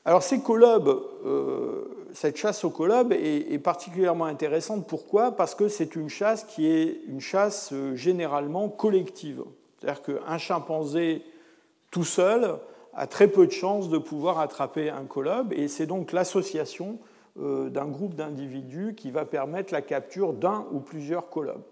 Alors ces colobes, euh, cette chasse aux colobes est, est particulièrement intéressante. Pourquoi? Parce que c'est une chasse qui est une chasse euh, généralement collective. C'est-à-dire qu'un chimpanzé tout seul a très peu de chances de pouvoir attraper un colobe, et c'est donc l'association euh, d'un groupe d'individus qui va permettre la capture d'un ou plusieurs colobes.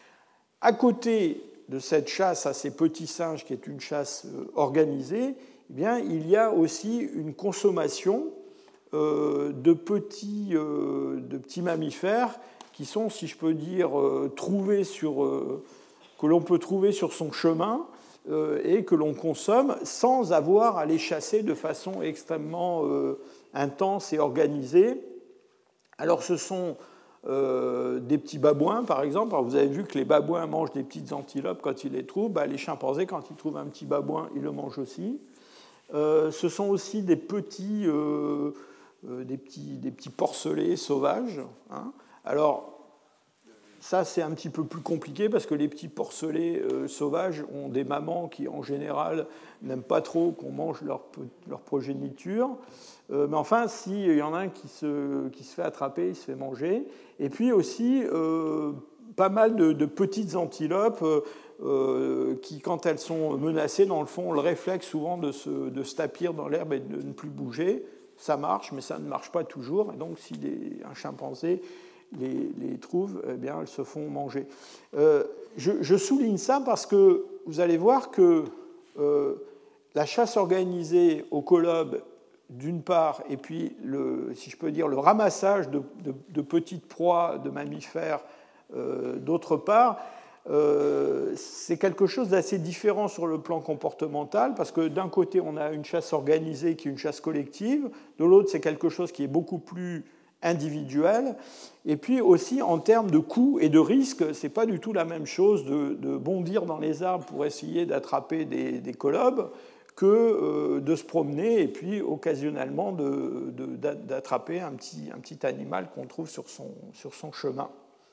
À côté de cette chasse à ces petits singes, qui est une chasse euh, organisée, eh bien, il y a aussi une consommation euh, de, petits, euh, de petits mammifères qui sont, si je peux dire, euh, trouvés sur, euh, que l'on peut trouver sur son chemin euh, et que l'on consomme sans avoir à les chasser de façon extrêmement euh, intense et organisée. Alors, ce sont euh, des petits babouins, par exemple. Alors, vous avez vu que les babouins mangent des petites antilopes quand ils les trouvent. Ben, les chimpanzés, quand ils trouvent un petit babouin, ils le mangent aussi. Euh, ce sont aussi des petits, euh, euh, des petits, des petits porcelets sauvages. Hein. Alors, ça, c'est un petit peu plus compliqué parce que les petits porcelets euh, sauvages ont des mamans qui, en général, n'aiment pas trop qu'on mange leur, leur progéniture. Euh, mais enfin, s'il y en a un qui se, qui se fait attraper, il se fait manger. Et puis aussi, euh, pas mal de, de petites antilopes euh, Euh, qui, quand elles sont menacées, dans le fond, ont le réflexe souvent de se, de se tapir dans l'herbe et de ne plus bouger. Ça marche, mais ça ne marche pas toujours. Et donc, si les, un chimpanzé les, les trouve, eh bien, elles se font manger. Euh, je, je souligne ça parce que vous allez voir que euh, la chasse organisée au colobe, d'une part, et puis, le, si je peux dire, le ramassage de, de, de petites proies de mammifères, euh, d'autre part, Euh, c'est quelque chose d'assez différent sur le plan comportemental, parce que d'un côté, on a une chasse organisée qui est une chasse collective, de l'autre, c'est quelque chose qui est beaucoup plus individuel, et puis aussi en termes de coûts et de risques, c'est pas du tout la même chose de, de bondir dans les arbres pour essayer d'attraper des, des colobes que euh, de se promener et puis occasionnellement de, de, d'attraper un petit, un petit animal qu'on trouve sur son, sur son chemin.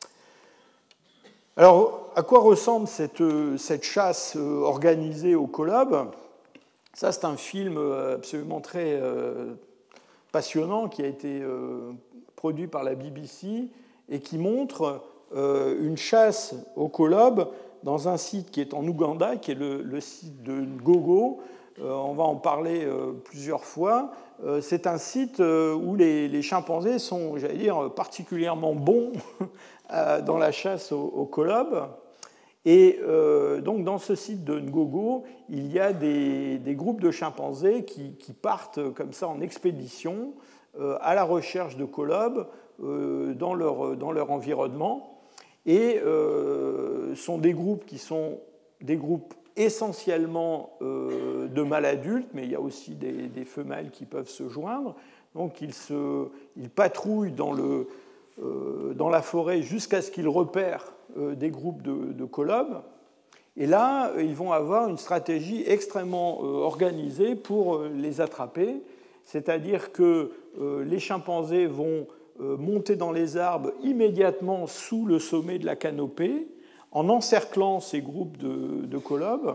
Alors, à quoi ressemble cette, cette chasse organisée au colobe? Ça, c'est un film absolument très euh, passionnant qui a été euh, produit par la B B C et qui montre euh, une chasse au colobe dans un site qui est en Ouganda, qui est le, le site de Ngogo. Euh, on va en parler euh, plusieurs fois. Euh, c'est un site euh, où les, les chimpanzés sont, j'allais dire, particulièrement bons dans la chasse au, au colobe. Et euh, donc, dans ce site de Ngogo, il y a des, des groupes de chimpanzés qui, qui partent comme ça en expédition euh, à la recherche de colobes euh, dans, leur, dans leur environnement. Et euh, sont des groupes qui sont des groupes essentiellement euh, de mâles adultes, mais il y a aussi des, des femelles qui peuvent se joindre. Donc, ils, se, ils patrouillent dans le dans la forêt jusqu'à ce qu'ils repèrent des groupes de, de colobes. Et là, ils vont avoir une stratégie extrêmement organisée pour les attraper. C'est-à-dire que les chimpanzés vont monter dans les arbres immédiatement sous le sommet de la canopée, en encerclant ces groupes de, de colobes.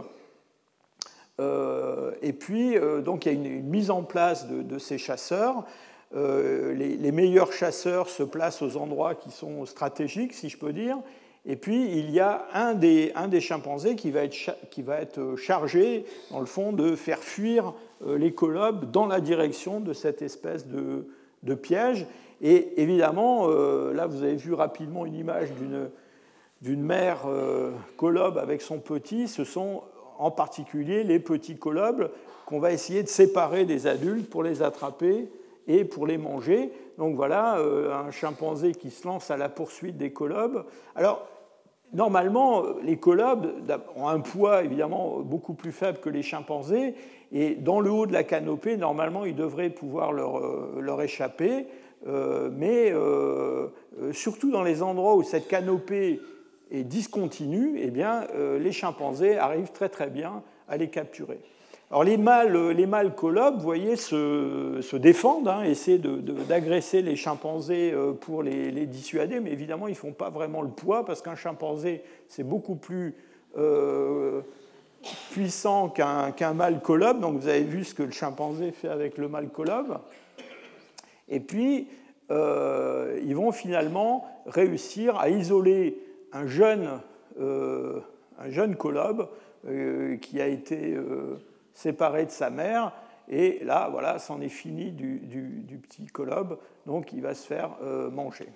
Et puis, donc, il y a une, une mise en place de, de ces chasseurs. Euh, les, les meilleurs chasseurs se placent aux endroits qui sont stratégiques, si je peux dire. Et puis, il y a un des, un des chimpanzés qui va, être, qui va être chargé, dans le fond, de faire fuir les colobes dans la direction de cette espèce de, de piège. Et évidemment, euh, là, vous avez vu rapidement une image d'une, d'une mère euh, colobe avec son petit. Ce sont en particulier les petits colobes qu'on va essayer de séparer des adultes pour les attraper et pour les manger. Donc voilà, un chimpanzé qui se lance à la poursuite des colobes. Alors, normalement, les colobes ont un poids évidemment beaucoup plus faible que les chimpanzés, et dans le haut de la canopée, normalement, ils devraient pouvoir leur, leur échapper, euh, mais euh, surtout dans les endroits où cette canopée est discontinue, eh bien, euh, les chimpanzés arrivent très très bien à les capturer. Alors les mâles, les mâles colobes, vous voyez, se, se défendent, hein, essaient de, de, d'agresser les chimpanzés pour les, les dissuader, mais évidemment, ils ne font pas vraiment le poids, parce qu'un chimpanzé, c'est beaucoup plus euh, puissant qu'un qu'un mâle colobe. Donc vous avez vu ce que le chimpanzé fait avec le mâle colobe. Et puis, euh, ils vont finalement réussir à isoler un jeune, euh, un jeune colobe euh, qui a été euh, séparé de sa mère. Et là, voilà, c'en est fini du, du, du petit colobe. Donc il va se faire euh, manger.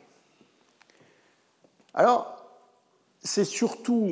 Alors, c'est surtout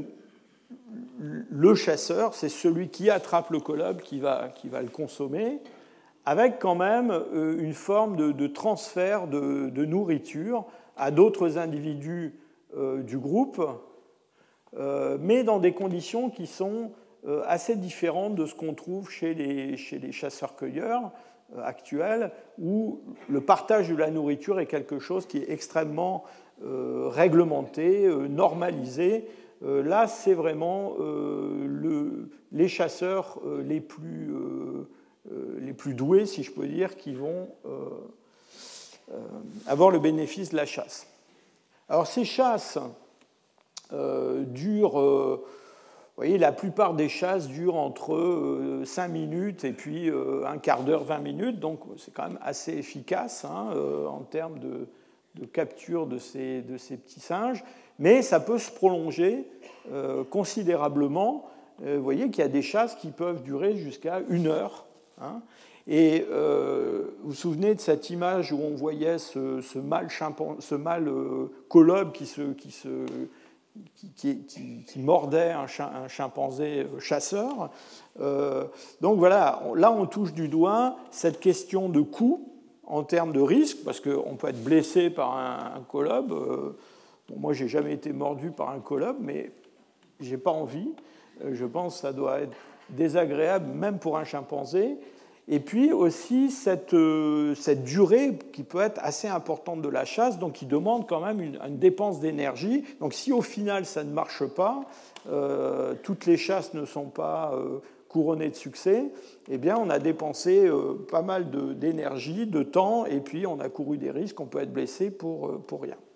le chasseur, c'est celui qui attrape le colobe qui va, qui va le consommer, avec quand même une forme de, de transfert de, de nourriture à d'autres individus euh, du groupe, euh, mais dans des conditions qui sont euh, assez différentes de ce qu'on trouve chez les, chez les chasseurs-cueilleurs euh, actuels, où le partage de la nourriture est quelque chose qui est extrêmement euh, réglementé, euh, normalisé. Euh, là, c'est vraiment euh, le, les chasseurs euh, les plus... Euh, les plus doués, si je peux dire, qui vont euh, euh, avoir le bénéfice de la chasse. Alors ces chasses euh, durent, euh, vous voyez, la plupart des chasses durent entre euh, cinq minutes et puis euh, un quart d'heure, vingt minutes, donc c'est quand même assez efficace hein, euh, en termes de, de capture de ces, de ces petits singes, mais ça peut se prolonger euh, considérablement. Euh, vous voyez qu'il y a des chasses qui peuvent durer jusqu'à une heure. Hein. Et euh, vous vous souvenez de cette image où on voyait ce, ce mâle, chimpan, ce mâle euh, colobe qui, se, qui, se, qui, qui, qui, qui mordait un, chim, un chimpanzé chasseur. Euh, donc voilà, là on touche du doigt cette question de coût en termes de risque, parce qu'on peut être blessé par un, un colobe. Euh, bon, moi, je n'ai jamais été mordu par un colobe, mais je n'ai pas envie. Euh, je pense que ça doit être désagréable même pour un chimpanzé, et puis aussi cette, euh, cette durée qui peut être assez importante de la chasse, donc qui demande quand même une, une dépense d'énergie. Donc si au final ça ne marche pas, euh, toutes les chasses ne sont pas euh, couronnées de succès, eh bien on a dépensé euh, pas mal de, d'énergie, de temps, et puis on a couru des risques, on peut être blessé pour, euh, pour rien.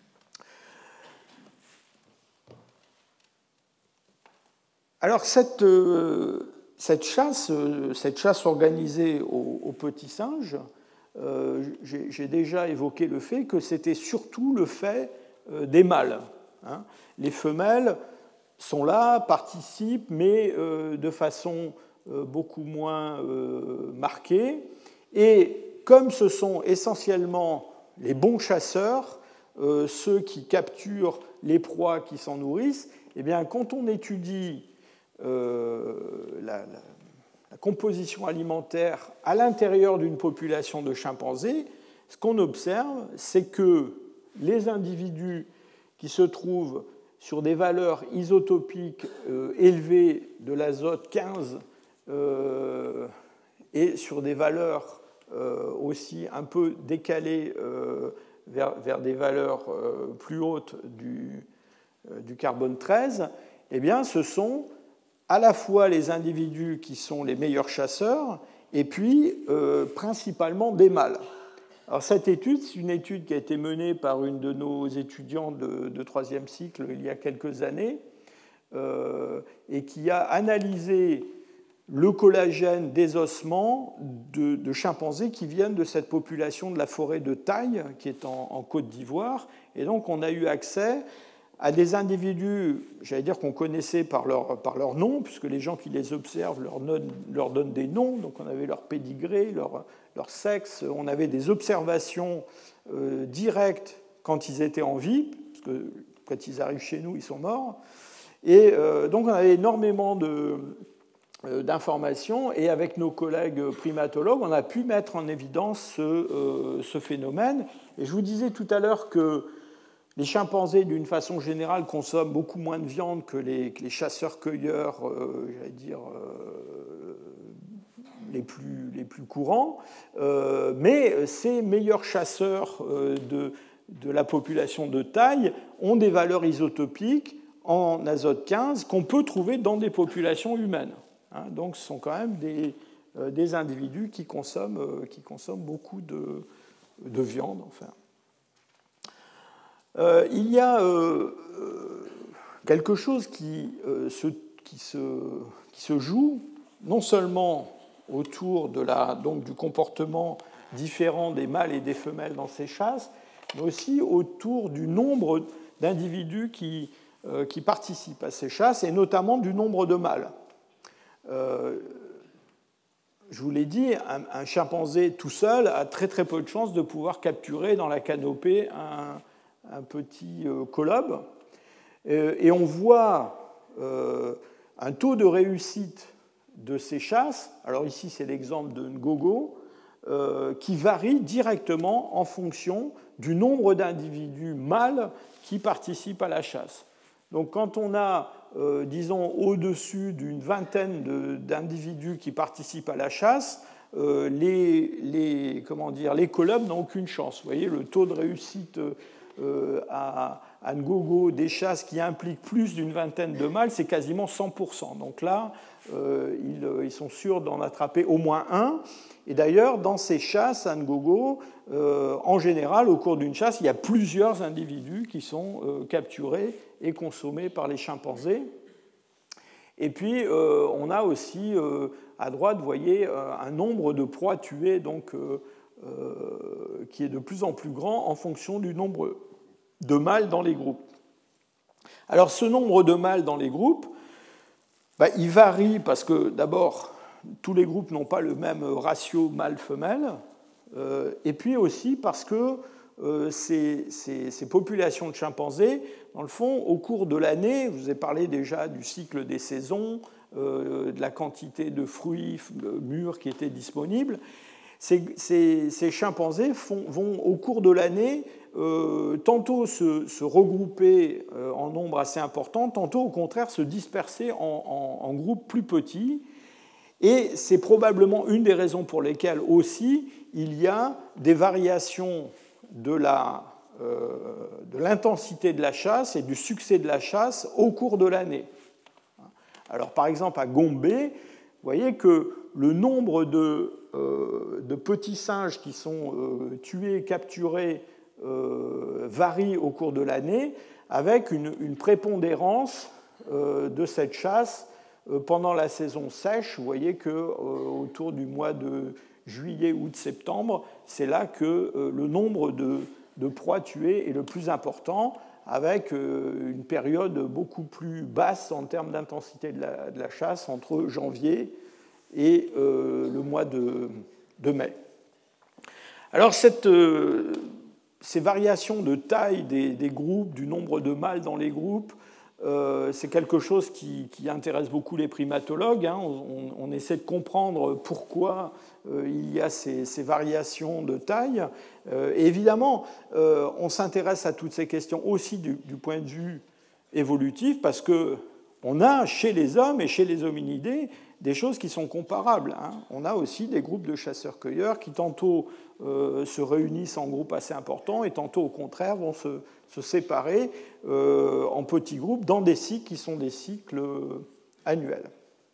Alors cette, euh, cette, chasse, cette chasse organisée aux, aux petits singes, euh, j'ai, j'ai déjà évoqué le fait que c'était surtout le fait euh, des mâles. Hein. Les femelles sont là, participent, mais euh, de façon euh, beaucoup moins euh, marquée. Et comme ce sont essentiellement les bons chasseurs, euh, ceux qui capturent les proies qui s'en nourrissent, eh bien, quand on étudie Euh, la, la, la composition alimentaire à l'intérieur d'une population de chimpanzés, ce qu'on observe, c'est que les individus qui se trouvent sur des valeurs isotopiques euh, élevées de l'azote quinze euh, et sur des valeurs euh, aussi un peu décalées euh, vers, vers des valeurs euh, plus hautes du, euh, du carbone treize, eh bien, ce sont à la fois les individus qui sont les meilleurs chasseurs et puis euh, principalement des mâles. Alors cette étude, c'est une étude qui a été menée par une de nos étudiantes de, de troisième cycle il y a quelques années euh, et qui a analysé le collagène des ossements de, de chimpanzés qui viennent de cette population de la forêt de Taille qui est en, en Côte d'Ivoire. Et donc on a eu accès à des individus, j'allais dire qu'on connaissait par leur, par leur nom, puisque les gens qui les observent leur donnent, leur donnent des noms, donc on avait leur pédigré, leur, leur sexe, on avait des observations euh, directes quand ils étaient en vie, parce que quand ils arrivent chez nous, ils sont morts, et euh, donc on avait énormément de, euh, d'informations, et avec nos collègues primatologues, on a pu mettre en évidence ce, euh, ce phénomène, et je vous disais tout à l'heure que les chimpanzés, d'une façon générale, consomment beaucoup moins de viande que les, que les chasseurs-cueilleurs, euh, j'allais dire, euh, les, plus, les plus courants. Euh, mais ces meilleurs chasseurs euh, de, de la population de taille ont des valeurs isotopiques en azote quinze qu'on peut trouver dans des populations humaines. Hein, donc ce sont quand même des, euh, des individus qui consomment, euh, qui consomment beaucoup de, de viande, enfin. Euh, il y a euh, quelque chose qui, euh, se, qui se qui se joue non seulement autour de la, donc, du comportement différent des mâles et des femelles dans ces chasses, mais aussi autour du nombre d'individus qui, euh, qui participent à ces chasses, et notamment du nombre de mâles. Euh, je vous l'ai dit, un, un chimpanzé tout seul a très très peu de chances de pouvoir capturer dans la canopée un, un petit euh, colobe. Euh, et on voit euh, un taux de réussite de ces chasses, alors ici c'est l'exemple de Ngogo, euh, qui varie directement en fonction du nombre d'individus mâles qui participent à la chasse. Donc quand on a, euh, disons, au-dessus d'une vingtaine de, d'individus qui participent à la chasse, euh, les, les, comment dire, les colobes n'ont aucune chance. Vous voyez, le taux de réussite euh, à, à Ngogo des chasses qui impliquent plus d'une vingtaine de mâles, c'est quasiment cent pour cent. Donc là, euh, ils, ils sont sûrs d'en attraper au moins un. Et d'ailleurs, dans ces chasses à Ngogo, euh, en général, au cours d'une chasse, il y a plusieurs individus qui sont euh, capturés et consommés par les chimpanzés. Et puis, euh, on a aussi, euh, à droite, vous voyez, euh, un nombre de proies tuées donc, euh, euh, qui est de plus en plus grand en fonction du nombre de mâles dans les groupes. Alors, ce nombre de mâles dans les groupes, bah, il varie parce que, d'abord, tous les groupes n'ont pas le même ratio mâle-femelle, euh, et puis aussi parce que euh, ces, ces, ces populations de chimpanzés, dans le fond, au cours de l'année, je vous ai parlé déjà du cycle des saisons, euh, de la quantité de fruits mûrs qui étaient disponibles, ces, ces, ces chimpanzés font, vont, au cours de l'année, euh, tantôt se, se regrouper euh, en nombre assez important, tantôt au contraire se disperser en, en, en groupes plus petits. Et c'est probablement une des raisons pour lesquelles aussi il y a des variations de, la, euh, de l'intensité de la chasse et du succès de la chasse au cours de l'année. Alors par exemple à Gombe, vous voyez que le nombre de, euh, de petits singes qui sont euh, tués, capturés, euh, varie au cours de l'année avec une, une prépondérance euh, de cette chasse pendant la saison sèche. Vous voyez qu'autour euh, du mois de juillet, août, septembre, c'est là que euh, le nombre de, de proies tuées est le plus important, avec euh, une période beaucoup plus basse en termes d'intensité de la, de la chasse entre janvier et euh, le mois de, de mai. Alors cette, euh, ces variations de taille des, des groupes, du nombre de mâles dans les groupes, Euh, c'est quelque chose qui, qui intéresse beaucoup les primatologues. Hein. On, on essaie de comprendre pourquoi euh, il y a ces, ces variations de taille. Euh, et évidemment, euh, on s'intéresse à toutes ces questions aussi du, du point de vue évolutif, parce qu'on a chez les hommes et chez les hominidés des choses qui sont comparables. Hein. On a aussi des groupes de chasseurs-cueilleurs qui tantôt euh, se réunissent en groupes assez importants et tantôt au contraire vont se, se séparer euh, en petits groupes dans des cycles qui sont des cycles annuels.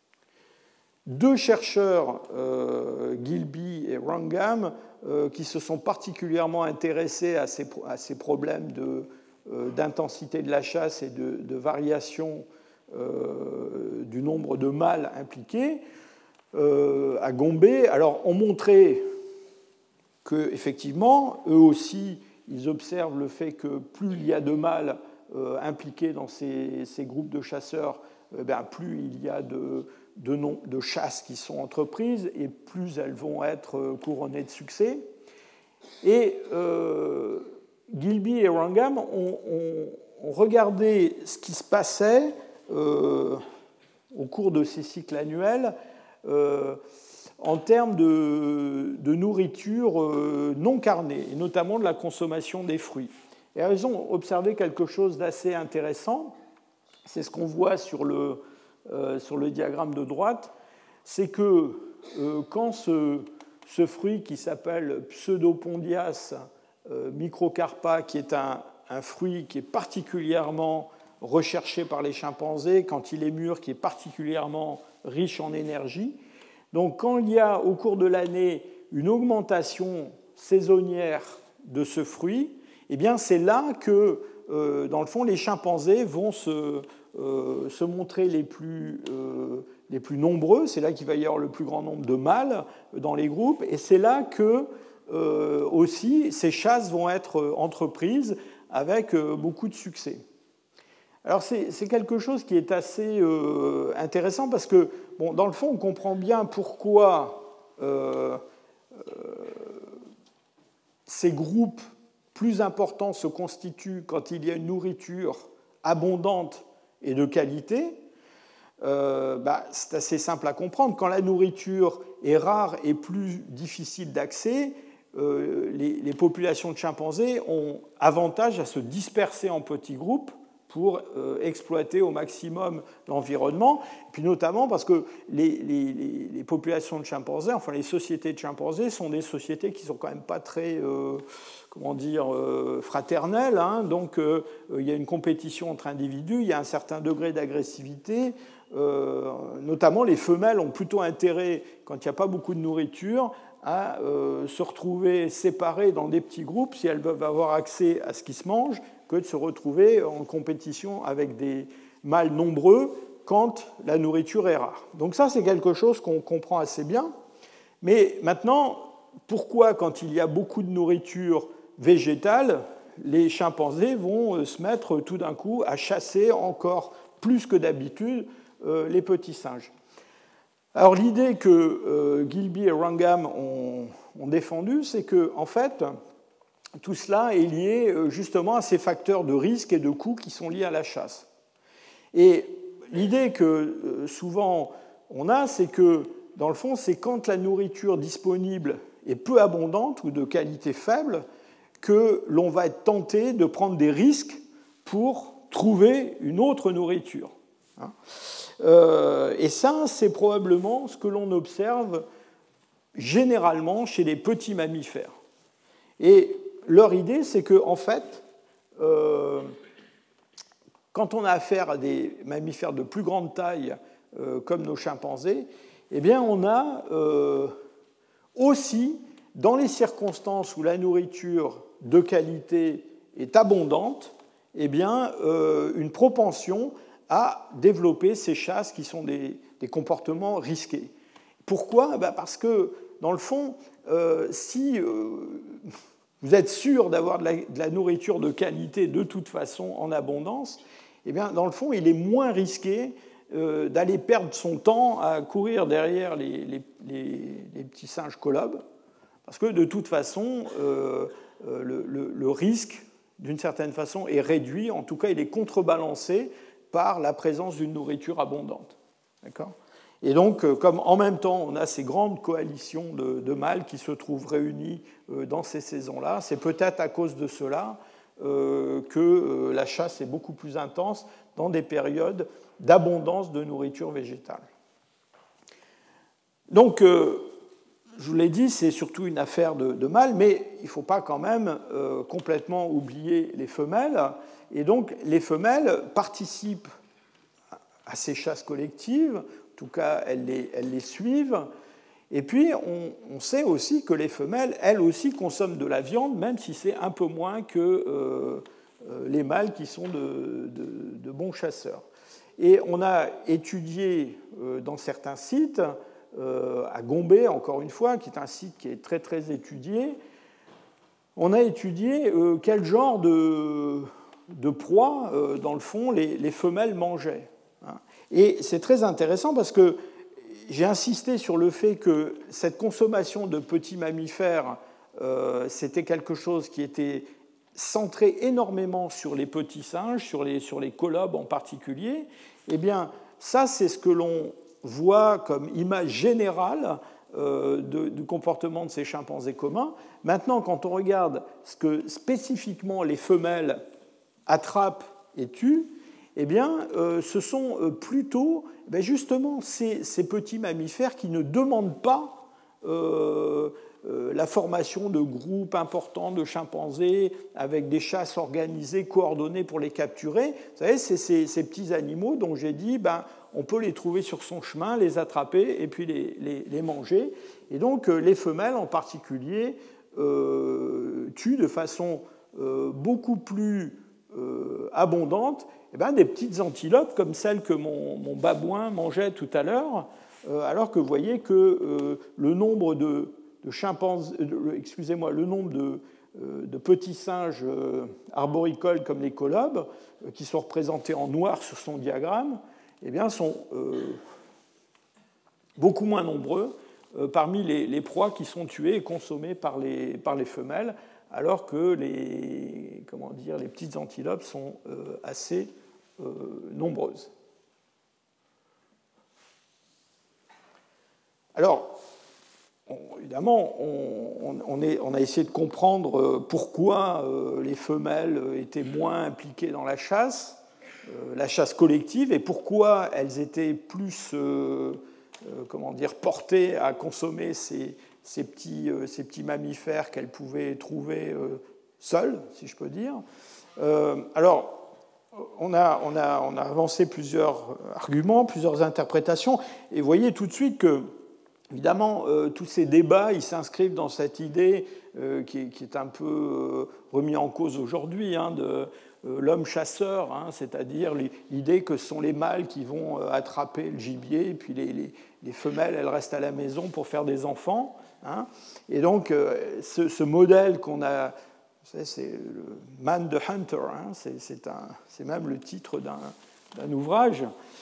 Deux chercheurs, euh, Gilby et Wrangham, euh, qui se sont particulièrement intéressés à ces, à ces problèmes de, euh, d'intensité de la chasse et de, de variation euh, du nombre de mâles impliqués euh, à Gombe, alors ont montré qu'effectivement, eux aussi, ils observent le fait que plus il y a de mâles euh, impliqués dans ces, ces groupes de chasseurs, eh bien, plus il y a de, de, nom, de chasses qui sont entreprises et plus elles vont être couronnées de succès. Et euh, Gilby et Wrangham ont, ont, ont regardé ce qui se passait euh, au cours de ces cycles annuels euh, en termes de, de nourriture euh, non carnée, et notamment de la consommation des fruits. Et elles ont observé quelque chose d'assez intéressant, c'est ce qu'on voit sur le, euh, sur le diagramme de droite, c'est que euh, quand ce, ce fruit qui s'appelle Pseudopondias euh, microcarpa, qui est un, un fruit qui est particulièrement recherché par les chimpanzés, quand il est mûr, qui est particulièrement riche en énergie. Donc quand il y a au cours de l'année une augmentation saisonnière de ce fruit, eh bien c'est là que euh, dans le fond, les chimpanzés vont se, euh, se montrer les plus, euh, les plus nombreux. C'est là qu'il va y avoir le plus grand nombre de mâles dans les groupes. Et c'est là que, euh, aussi, ces chasses vont être entreprises avec euh, beaucoup de succès. Alors c'est, c'est quelque chose qui est assez euh, intéressant parce que, bon, dans le fond, on comprend bien pourquoi euh, euh, ces groupes plus importants se constituent quand il y a une nourriture abondante et de qualité. Euh, bah, c'est assez simple à comprendre. Quand la nourriture est rare et plus difficile d'accès, euh, les, les populations de chimpanzés ont avantage à se disperser en petits groupes pour euh, exploiter au maximum l'environnement, et puis notamment parce que les, les, les populations de chimpanzés, enfin les sociétés de chimpanzés, sont des sociétés qui ne sont quand même pas très, euh, comment dire, euh, fraternelles, hein, donc euh, il y a une compétition entre individus, il y a un certain degré d'agressivité, euh, notamment les femelles ont plutôt intérêt, quand il n'y a pas beaucoup de nourriture, à euh, se retrouver séparées dans des petits groupes si elles peuvent avoir accès à ce qui se mange, que de se retrouver en compétition avec des mâles nombreux quand la nourriture est rare. Donc ça, c'est quelque chose qu'on comprend assez bien. Mais maintenant, pourquoi, quand il y a beaucoup de nourriture végétale, les chimpanzés vont se mettre tout d'un coup à chasser encore plus que d'habitude euh, les petits singes? Alors l'idée que euh, Gilby et Wrangham ont, ont défendue, c'est que, en fait, tout cela est lié justement à ces facteurs de risque et de coût qui sont liés à la chasse. Et l'idée que souvent on a, c'est que, dans le fond, c'est quand la nourriture disponible est peu abondante ou de qualité faible que l'on va être tenté de prendre des risques pour trouver une autre nourriture. Et ça, c'est probablement ce que l'on observe généralement chez les petits mammifères. Et leur idée, c'est qu'en en fait, euh, quand on a affaire à des mammifères de plus grande taille, euh, comme nos chimpanzés, eh bien, on a euh, aussi, dans les circonstances où la nourriture de qualité est abondante, eh bien, euh, une propension à développer ces chasses qui sont des, des comportements risqués. Pourquoi? Ben parce que, dans le fond, euh, si euh, vous êtes sûr d'avoir de la, de la nourriture de qualité de toute façon en abondance, eh bien, dans le fond, il est moins risqué euh, d'aller perdre son temps à courir derrière les, les, les, les petits singes colobes, parce que de toute façon, euh, le, le, le risque, d'une certaine façon, est réduit, en tout cas, il est contrebalancé par la présence d'une nourriture abondante. D'accord ? Et donc, comme en même temps, on a ces grandes coalitions de, de mâles qui se trouvent réunis dans ces saisons-là, c'est peut-être à cause de cela euh, que euh, la chasse est beaucoup plus intense dans des périodes d'abondance de nourriture végétale. Donc, euh, je vous l'ai dit, c'est surtout une affaire de, de mâles, mais il ne faut pas quand même euh, complètement oublier les femelles. Et donc, les femelles participent à ces chasses collectives. En tout cas, elles les, elles les suivent. Et puis, on, on sait aussi que les femelles, elles aussi, consomment de la viande, même si c'est un peu moins que euh, les mâles qui sont de, de, de bons chasseurs. Et on a étudié euh, dans certains sites, euh, à Gombe, encore une fois, qui est un site qui est très, très étudié, on a étudié euh, quel genre de, de proie, euh, dans le fond, les, les femelles mangeaient. Et c'est très intéressant parce que j'ai insisté sur le fait que cette consommation de petits mammifères, euh, c'était quelque chose qui était centré énormément sur les petits singes, sur les, sur les colobes en particulier. Eh bien, ça, c'est ce que l'on voit comme image générale euh, de, du comportement de ces chimpanzés communs. Maintenant, quand on regarde ce que spécifiquement les femelles attrapent et tuent, eh bien, euh, ce sont plutôt ben justement ces, ces petits mammifères qui ne demandent pas euh, euh, la formation de groupes importants de chimpanzés avec des chasses organisées, coordonnées pour les capturer. Vous savez, c'est ces, ces petits animaux dont j'ai dit, ben, on peut les trouver sur son chemin, les attraper et puis les, les, les manger. Et donc, les femelles en particulier euh, tuent de façon euh, beaucoup plus euh, abondantes, eh bien, des petites antilopes comme celles que mon, mon babouin mangeait tout à l'heure, euh, alors que vous voyez que euh, le nombre de, de chimpanzés, euh, excusez-moi, le nombre de, euh, de petits singes euh, arboricoles comme les colobes, euh, qui sont représentés en noir sur son diagramme, eh bien, sont euh, beaucoup moins nombreux euh, parmi les, les proies qui sont tuées et consommées par les, par les femelles, alors que les, comment dire, les petites antilopes sont euh, assez euh, nombreuses. Alors, on, évidemment, on, on, est, on a essayé de comprendre pourquoi euh, les femelles étaient moins impliquées dans la chasse, euh, la chasse collective, et pourquoi elles étaient plus euh, euh, comment dire, portées à consommer ces, ces, petits, euh, ces petits mammifères qu'elles pouvaient trouver euh, seules, si je peux dire. Euh, alors, on a, on, a, on a avancé plusieurs arguments, plusieurs interprétations, et vous voyez tout de suite que évidemment, euh, tous ces débats, ils s'inscrivent dans cette idée euh, qui, est, qui est un peu euh, remis en cause aujourd'hui, hein, de euh, l'homme chasseur, hein, c'est-à-dire l'idée que ce sont les mâles qui vont euh, attraper le gibier, et puis les, les, les femelles, elles restent à la maison pour faire des enfants. Hein. Et donc, euh, ce, ce modèle qu'on a, c'est le Man the Hunter, hein, c'est même le titre d'un ouvrage.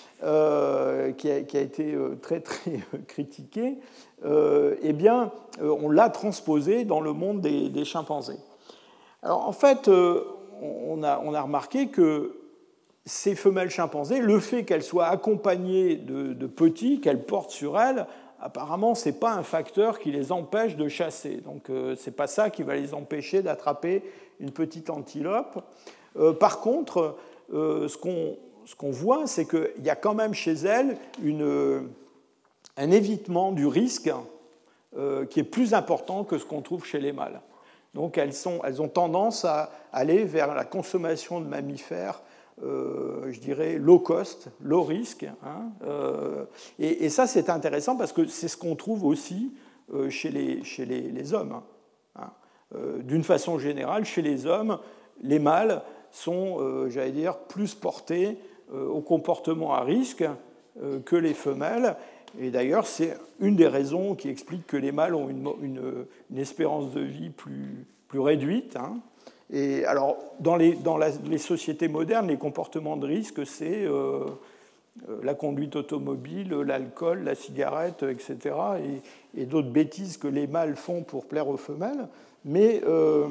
Euh, qui, a, qui a été très très critiqué, euh, eh bien, on l'a transposé dans le monde des, des chimpanzés. Alors, en fait, euh, on, a, on a remarqué que ces femelles chimpanzés, le fait qu'elles soient accompagnées de, de petits, qu'elles portent sur elles, apparemment, ce n'est pas un facteur qui les empêche de chasser. Donc, euh, ce n'est pas ça qui va les empêcher d'attraper une petite antilope. Euh, par contre, euh, ce qu'on Ce qu'on voit, c'est qu'il y a quand même chez elles une, un évitement du risque euh, qui est plus important que ce qu'on trouve chez les mâles. Donc elles, sont, elles ont tendance à aller vers la consommation de mammifères, euh, je dirais, low cost, low risk. Hein, euh, et, et ça, c'est intéressant parce que c'est ce qu'on trouve aussi euh, chez, les, chez les, les hommes. Hein. Euh, D'une façon générale, chez les hommes, les mâles sont, euh, j'allais dire, plus portés au comportement à risque que les femelles. Et d'ailleurs, c'est une des raisons qui explique que les mâles ont une, une, une espérance de vie plus, plus réduite. Hein. Et alors, dans, les, dans la, les sociétés modernes, les comportements de risque, c'est euh, la conduite automobile, l'alcool, la cigarette, et cetera, et, et d'autres bêtises que les mâles font pour plaire aux femelles. Mais euh,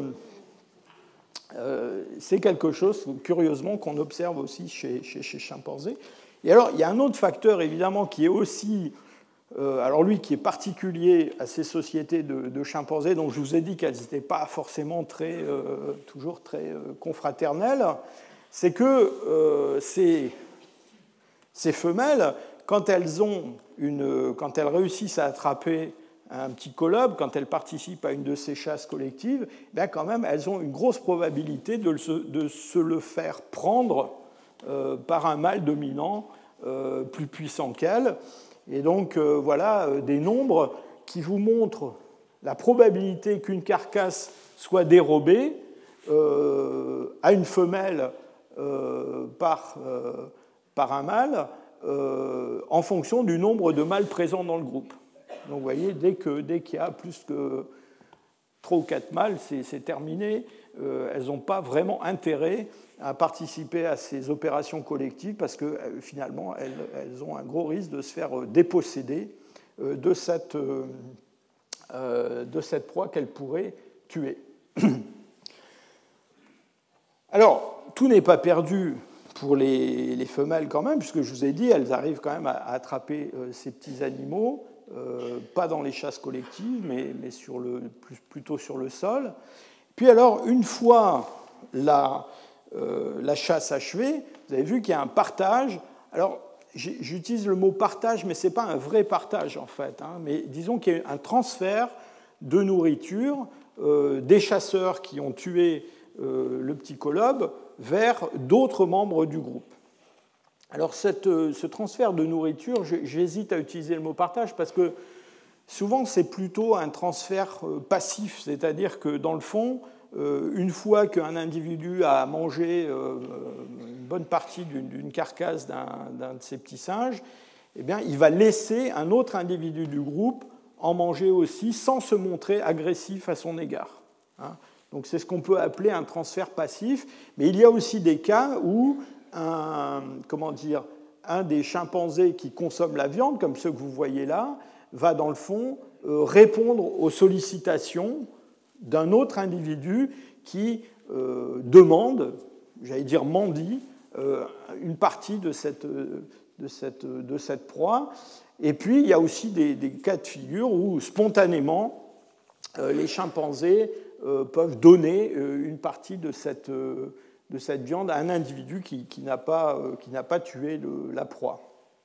Euh, c'est quelque chose, curieusement, qu'on observe aussi chez, chez, chez chimpanzés. Et alors, il y a un autre facteur, évidemment, qui est aussi, euh, alors lui, qui est particulier à ces sociétés de, de chimpanzés, dont je vous ai dit qu'elles n'étaient pas forcément très, euh, toujours très euh, confraternelles, c'est que euh, ces, ces femelles, quand elles, ont une, quand elles réussissent à attraper un petit colobe, quand elles participent à une de ces chasses collectives, bien quand même, elles ont une grosse probabilité de se, de se le faire prendre euh, par un mâle dominant euh, plus puissant qu'elles. Et donc, euh, voilà euh, des nombres qui vous montrent la probabilité qu'une carcasse soit dérobée euh, à une femelle euh, par, euh, par un mâle euh, en fonction du nombre de mâles présents dans le groupe. Donc vous voyez, dès qu'il dès qu'il y a plus que trois ou quatre mâles, c'est terminé. Euh, elles n'ont pas vraiment intérêt à participer à ces opérations collectives parce que euh, finalement, elles, elles ont un gros risque de se faire déposséder euh, de, cette, euh, de cette proie qu'elles pourraient tuer. Alors, tout n'est pas perdu pour les, les femelles quand même, puisque je vous ai dit, elles arrivent quand même à, à attraper euh, ces petits animaux. Euh, pas dans les chasses collectives, mais, mais sur le, plus, plutôt sur le sol. Puis alors, une fois la, euh, la chasse achevée, vous avez vu qu'il y a un partage. Alors, j'utilise le mot partage, mais ce n'est pas un vrai partage, en fait. Hein, mais disons qu'il y a un transfert de nourriture euh, des chasseurs qui ont tué euh, le petit colobe vers d'autres membres du groupe. Alors, cette, ce transfert de nourriture, j'hésite à utiliser le mot partage parce que souvent, c'est plutôt un transfert passif, c'est-à-dire que dans le fond, euh, une fois qu'un individu a mangé euh, une bonne partie d'une, d'une carcasse d'un, d'un de ces petits singes, eh bien, il va laisser un autre individu du groupe en manger aussi sans se montrer agressif à son égard. Hein. Donc c'est ce qu'on peut appeler un transfert passif, mais il y a aussi des cas où un, comment dire, un des chimpanzés qui consomment la viande, comme ceux que vous voyez là, va dans le fond euh, répondre aux sollicitations d'un autre individu qui euh, demande, j'allais dire mendie, euh, une partie de cette, de, cette, de cette proie. Et puis il y a aussi des, des cas de figure où spontanément euh, les chimpanzés euh, peuvent donner euh, une partie de cette, euh, de cette viande à un individu qui, qui n'a pas, euh, qui n'a pas tué le, la proie.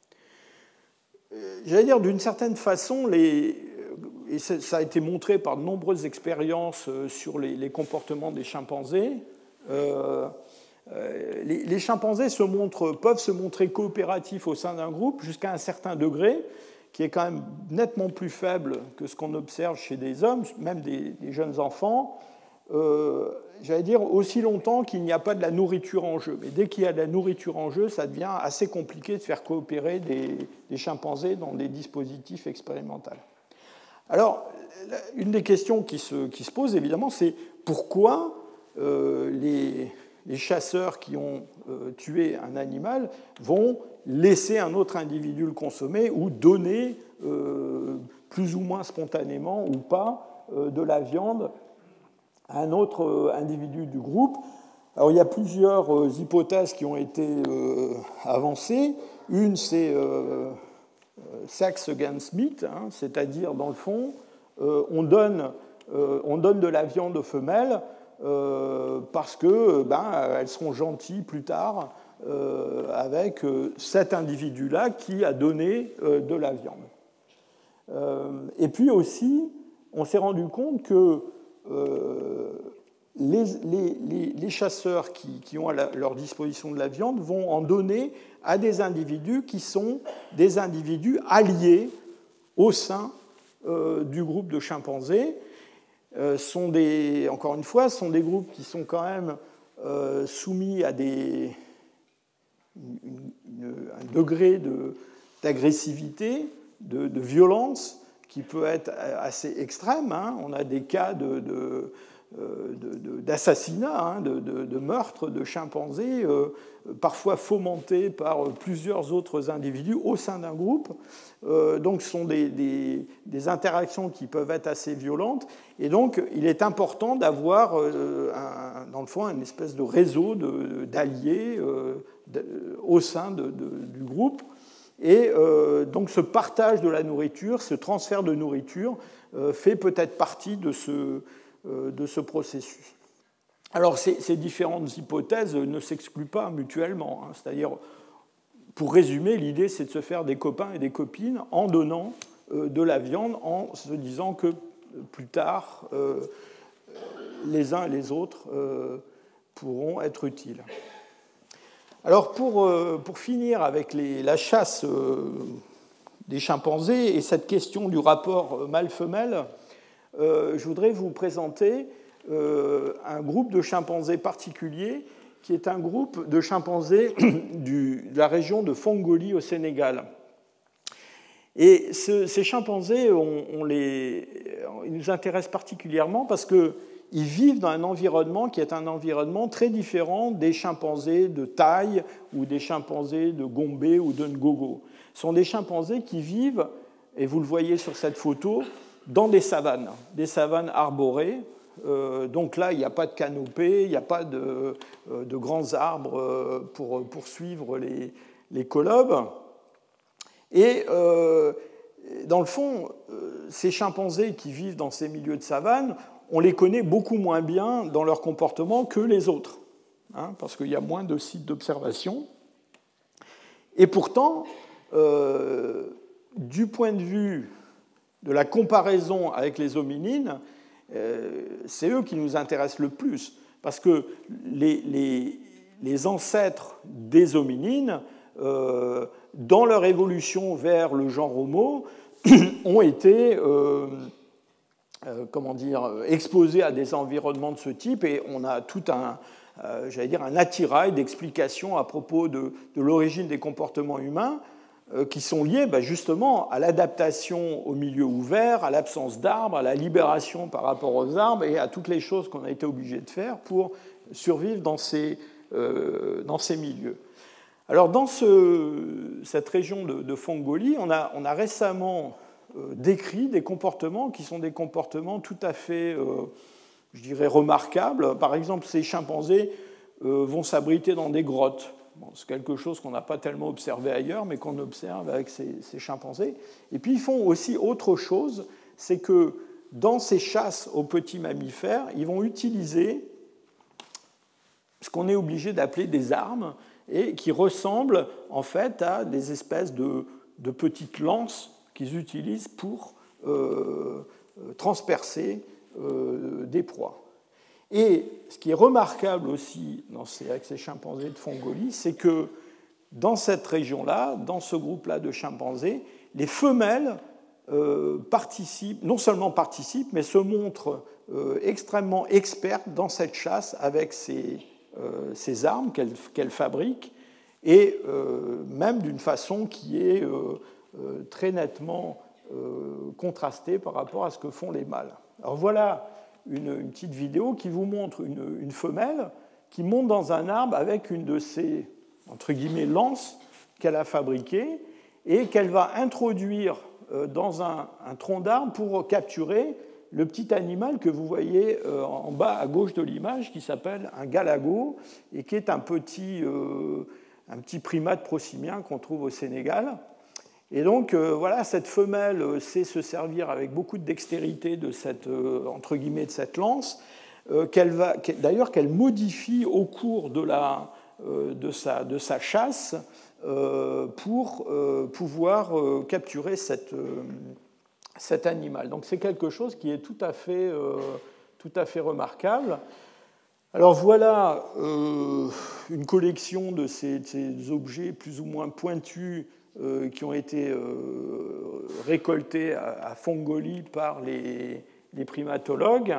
J'allais dire, d'une certaine façon, les, et ça a été montré par de nombreuses expériences sur les, les comportements des chimpanzés, euh, les, les chimpanzés se montrent, peuvent se montrer coopératifs au sein d'un groupe jusqu'à un certain degré, qui est quand même nettement plus faible que ce qu'on observe chez des hommes, même des, des jeunes enfants, euh, j'allais dire aussi longtemps qu'il n'y a pas de la nourriture en jeu. Mais dès qu'il y a de la nourriture en jeu, ça devient assez compliqué de faire coopérer des, des chimpanzés dans des dispositifs expérimentaux. Alors, une des questions qui se, qui se pose, évidemment, c'est pourquoi euh, les, les chasseurs qui ont euh, tué un animal vont laisser un autre individu le consommer ou donner, euh, plus ou moins spontanément ou pas, euh, de la viande à un autre individu du groupe. Alors, il y a plusieurs hypothèses qui ont été euh, avancées. Une, c'est euh, sex against meat, hein, c'est-à-dire, dans le fond, euh, on, donne, euh, on donne de la viande aux femelles euh, parce que ben, elles seront gentilles plus tard euh, avec euh, cet individu-là qui a donné euh, de la viande. Euh, et puis aussi, on s'est rendu compte que Euh, les, les, les chasseurs qui, qui ont à la, leur disposition de la viande vont en donner à des individus qui sont des individus alliés au sein euh, du groupe de chimpanzés. Euh, sont des, encore une fois, sont des groupes qui sont quand même euh, soumis à des, une, une, un degré de, d'agressivité, de, de violence, qui peut être assez extrême. Hein. On a des cas de, de, de, de, d'assassinat, hein, de, de, de meurtre de chimpanzés, euh, parfois fomentés par plusieurs autres individus au sein d'un groupe. Euh, donc, ce sont des, des, des interactions qui peuvent être assez violentes. Et donc, il est important d'avoir, euh, un, dans le fond, une espèce de réseau de, d'alliés euh, de, au sein de, de, du groupe. Et euh, donc ce partage de la nourriture, ce transfert de nourriture, euh, fait peut-être partie de ce, euh, de ce processus. Alors ces, ces différentes hypothèses ne s'excluent pas mutuellement. Hein. C'est-à-dire, pour résumer, l'idée c'est de se faire des copains et des copines en donnant euh, de la viande, en se disant que plus tard, euh, les uns et les autres euh, pourront être utiles. Alors pour, pour finir avec les, la chasse des chimpanzés et cette question du rapport mâle-femelle, euh, je voudrais vous présenter euh, un groupe de chimpanzés particulier qui est un groupe de chimpanzés du, de la région de Fongolie au Sénégal. Et ce, ces chimpanzés, on, on les, ils nous intéressent particulièrement parce que ils vivent dans un environnement qui est un environnement très différent des chimpanzés de taille ou des chimpanzés de Gombe ou de Ngogo. Ce sont des chimpanzés qui vivent, et vous le voyez sur cette photo, dans des savanes, des savanes arborées. Euh, donc là, il n'y a pas de canopée, il n'y a pas de, de grands arbres pour poursuivre les, les colobes. Et euh, dans le fond, ces chimpanzés qui vivent dans ces milieux de savane, on les connaît beaucoup moins bien dans leur comportement que les autres, hein, parce qu'il y a moins de sites d'observation. Et pourtant, euh, du point de vue de la comparaison avec les hominines, euh, c'est eux qui nous intéressent le plus, parce que les, les, les ancêtres des hominines, euh, dans leur évolution vers le genre Homo, ont été... Euh, euh, comment dire, exposés à des environnements de ce type, et on a tout un, euh, j'allais dire, un attirail d'explications à propos de, de l'origine des comportements humains, qui sont liés ben, justement à l'adaptation au milieu ouvert, à l'absence d'arbres, à la libération par rapport aux arbres et à toutes les choses qu'on a été obligé de faire pour survivre dans ces, euh, dans ces milieux. Alors dans ce, cette région de, de Fongolie, on a, on a récemment euh, décrit des comportements qui sont des comportements tout à fait, euh, je dirais, remarquables. Par exemple, ces chimpanzés euh, vont s'abriter dans des grottes. Bon, c'est quelque chose qu'on n'a pas tellement observé ailleurs, mais qu'on observe avec ces, ces chimpanzés. Et puis ils font aussi autre chose, c'est que dans ces chasses aux petits mammifères, ils vont utiliser ce qu'on est obligé d'appeler des armes, et qui ressemblent en fait à des espèces de, de petites lances qu'ils utilisent pour euh, transpercer euh, des proies. Et ce qui est remarquable aussi dans ces, avec ces chimpanzés de Fongolie, c'est que dans cette région-là, dans ce groupe-là de chimpanzés, les femelles euh, participent, non seulement participent, mais se montrent euh, extrêmement expertes dans cette chasse avec ces, euh, ces armes qu'elles, qu'elles fabriquent, et euh, même d'une façon qui est euh, euh, très nettement euh, contrastée par rapport à ce que font les mâles. Alors voilà Une, une petite vidéo qui vous montre une, une femelle qui monte dans un arbre avec une de ces, entre guillemets, lances qu'elle a fabriquées et qu'elle va introduire dans un, un tronc d'arbre pour capturer le petit animal que vous voyez en bas à gauche de l'image, qui s'appelle un galago et qui est un petit, euh, un petit primate prosimien qu'on trouve au Sénégal. Et donc, euh, voilà, cette femelle sait se servir avec beaucoup de dextérité de cette, euh, entre guillemets, de cette lance, euh, qu'elle va, d'ailleurs qu'elle modifie au cours de, la, euh, de, sa, de sa chasse euh, pour euh, pouvoir euh, capturer cette, euh, cet animal. Donc, c'est quelque chose qui est tout à fait, euh, tout à fait remarquable. Alors voilà euh, une collection de ces, de ces objets plus ou moins pointus Euh, qui ont été euh, récoltés à, à Fongolie par les, les primatologues.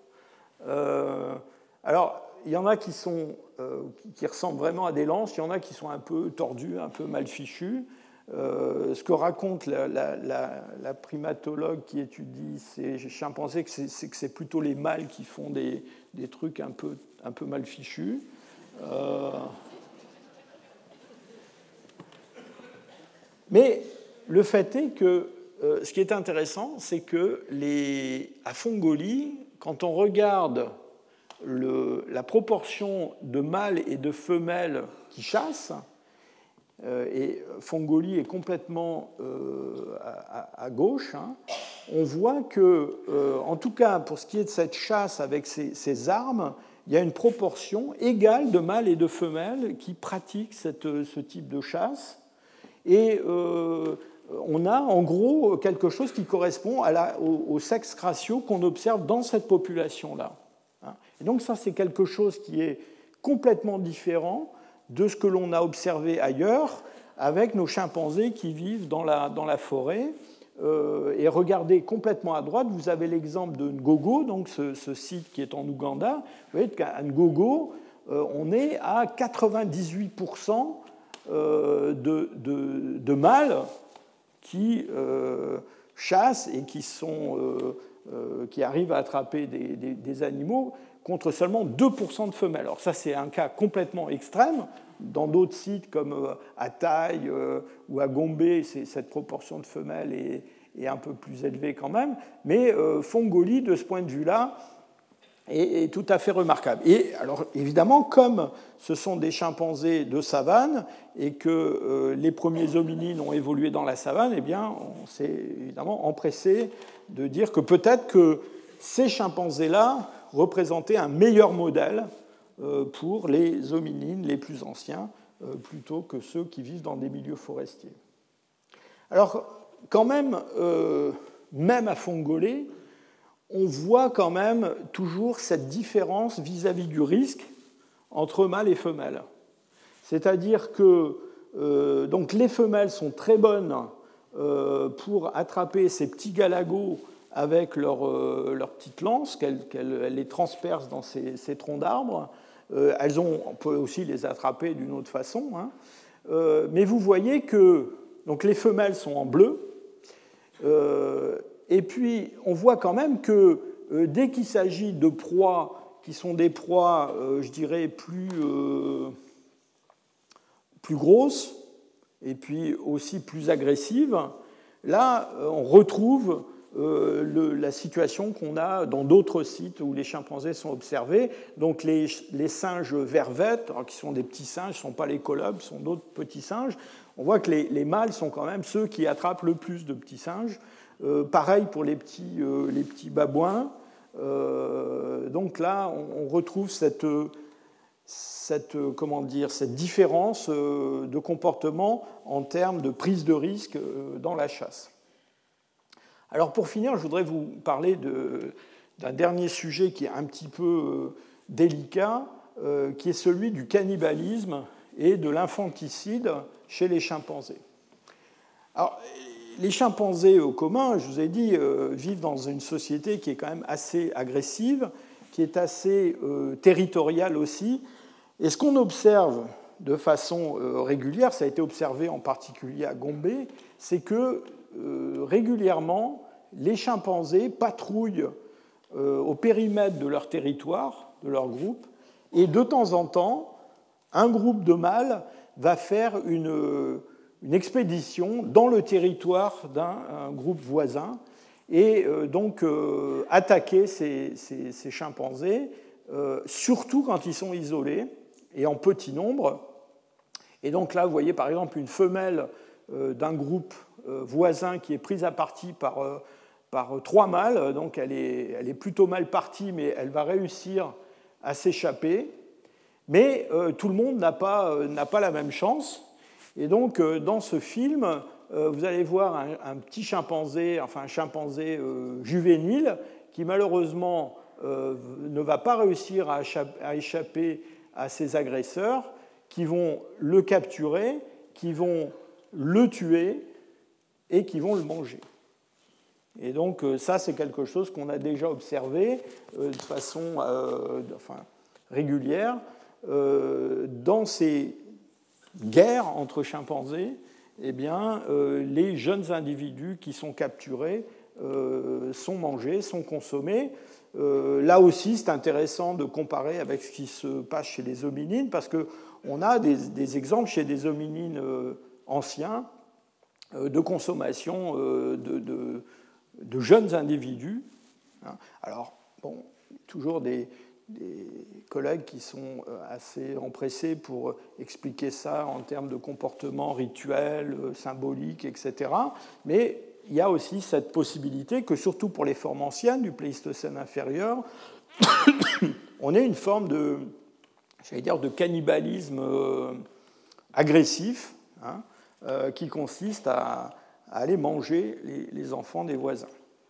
Euh, alors, il y en a qui, sont, euh, qui ressemblent vraiment à des lances, il y en a qui sont un peu tordus, un peu mal fichus. Euh, ce que raconte la, la, la, la primatologue qui étudie ces chimpanzés, c'est que c'est plutôt les mâles qui font des, des trucs un peu, un peu mal fichus. Euh, Mais le fait est que euh, ce qui est intéressant, c'est que les, à Fongolie, quand on regarde le, la proportion de mâles et de femelles qui chassent, euh, et Fongolie est complètement euh, à, à gauche, hein, on voit que, euh, en tout cas pour ce qui est de cette chasse avec ces, ces armes, il y a une proportion égale de mâles et de femelles qui pratiquent cette, ce type de chasse. Et euh, on a en gros quelque chose qui correspond à la, au, au sexe ratio qu'on observe dans cette population-là. Et donc ça, c'est quelque chose qui est complètement différent de ce que l'on a observé ailleurs avec nos chimpanzés qui vivent dans la, dans la forêt. Euh, et regardez complètement à droite, vous avez l'exemple de Ngogo, donc ce, ce site qui est en Ouganda. Vous voyez qu'à Ngogo, euh, on est à quatre-vingt-dix-huit pour cent De, de, de mâles qui euh, chassent et qui, sont, euh, euh, qui arrivent à attraper des, des, des animaux contre seulement deux pour cent de femelles. Alors ça, c'est un cas complètement extrême. Dans d'autres sites comme euh, à Taï euh, ou à Gombe, cette proportion de femelles est, est un peu plus élevée quand même. Mais euh, Fongolie, de ce point de vue-là, est tout à fait remarquable. Et alors, évidemment, comme ce sont des chimpanzés de savane et que euh, les premiers hominines ont évolué dans la savane, eh bien, on s'est évidemment empressé de dire que peut-être que ces chimpanzés-là représentaient un meilleur modèle euh, pour les hominines les plus anciens, euh, plutôt que ceux qui vivent dans des milieux forestiers. Alors, quand même, euh, même à Fongolie, on voit quand même toujours cette différence vis-à-vis du risque entre mâles et femelles. C'est-à-dire que euh, donc les femelles sont très bonnes euh, pour attraper ces petits galagos avec leurs euh, leur petites lances, qu'elles qu'elles les transpercent dans ces, ces troncs d'arbres. Euh, elles ont, on peut aussi les attraper d'une autre façon. Hein. Euh, mais vous voyez que donc les femelles sont en bleu. Euh, et puis, on voit quand même que euh, dès qu'il s'agit de proies qui sont des proies, euh, je dirais, plus, euh, plus grosses et puis aussi plus agressives, là, on retrouve euh, le, la situation qu'on a dans d'autres sites où les chimpanzés sont observés. Donc, les, les singes vervettes, alors, qui sont des petits singes, ne sont pas les colobes, ce sont d'autres petits singes. On voit que les, les mâles sont quand même ceux qui attrapent le plus de petits singes. Euh, pareil pour les petits, euh, les petits babouins. Euh, donc là, on, on retrouve cette, cette, comment dire, cette différence euh, de comportement en termes de prise de risque euh, dans la chasse. Alors pour finir, je voudrais vous parler de, d'un dernier sujet qui est un petit peu euh, délicat, euh, qui est celui du cannibalisme et de l'infanticide chez les chimpanzés. Alors, les chimpanzés au commun, je vous ai dit, euh, vivent dans une société qui est quand même assez agressive, qui est assez euh, territoriale aussi. Et ce qu'on observe de façon euh, régulière, ça a été observé en particulier à Gombe, c'est que euh, régulièrement, les chimpanzés patrouillent euh, au périmètre de leur territoire, de leur groupe, et de temps en temps, un groupe de mâles va faire une, une expédition dans le territoire d'un groupe voisin et euh, donc euh, attaquer ces, ces, ces chimpanzés, euh, surtout quand ils sont isolés et en petit nombre. Et donc là, vous voyez par exemple une femelle euh, d'un groupe euh, voisin qui est prise à partie par, euh, par trois mâles, donc elle est, elle est plutôt mal partie, mais elle va réussir à s'échapper. Mais euh, tout le monde n'a pas, euh, n'a pas la même chance. Et donc, euh, dans ce film, euh, vous allez voir un, un petit chimpanzé, enfin un chimpanzé euh, juvénile, qui malheureusement euh, ne va pas réussir à, à échapper à ses agresseurs, qui vont le capturer, qui vont le tuer et qui vont le manger. Et donc, euh, ça, c'est quelque chose qu'on a déjà observé euh, de façon euh, enfin, régulière. Euh, dans ces guerres entre chimpanzés, eh bien, euh, les jeunes individus qui sont capturés euh, sont mangés, sont consommés. Euh, là aussi, c'est intéressant de comparer avec ce qui se passe chez les hominines, parce qu'on a des, des exemples chez des hominines euh, anciens euh, de consommation euh, de, de, de jeunes individus. Hein. Alors, bon, toujours des... des collègues qui sont assez empressés pour expliquer ça en termes de comportement rituel, symbolique, et cetera. Mais il y a aussi cette possibilité que, surtout pour les formes anciennes du Pléistocène inférieur, on ait une forme de, j'allais dire, de cannibalisme agressif, hein, euh, qui consiste à, à aller manger les, les enfants des voisins.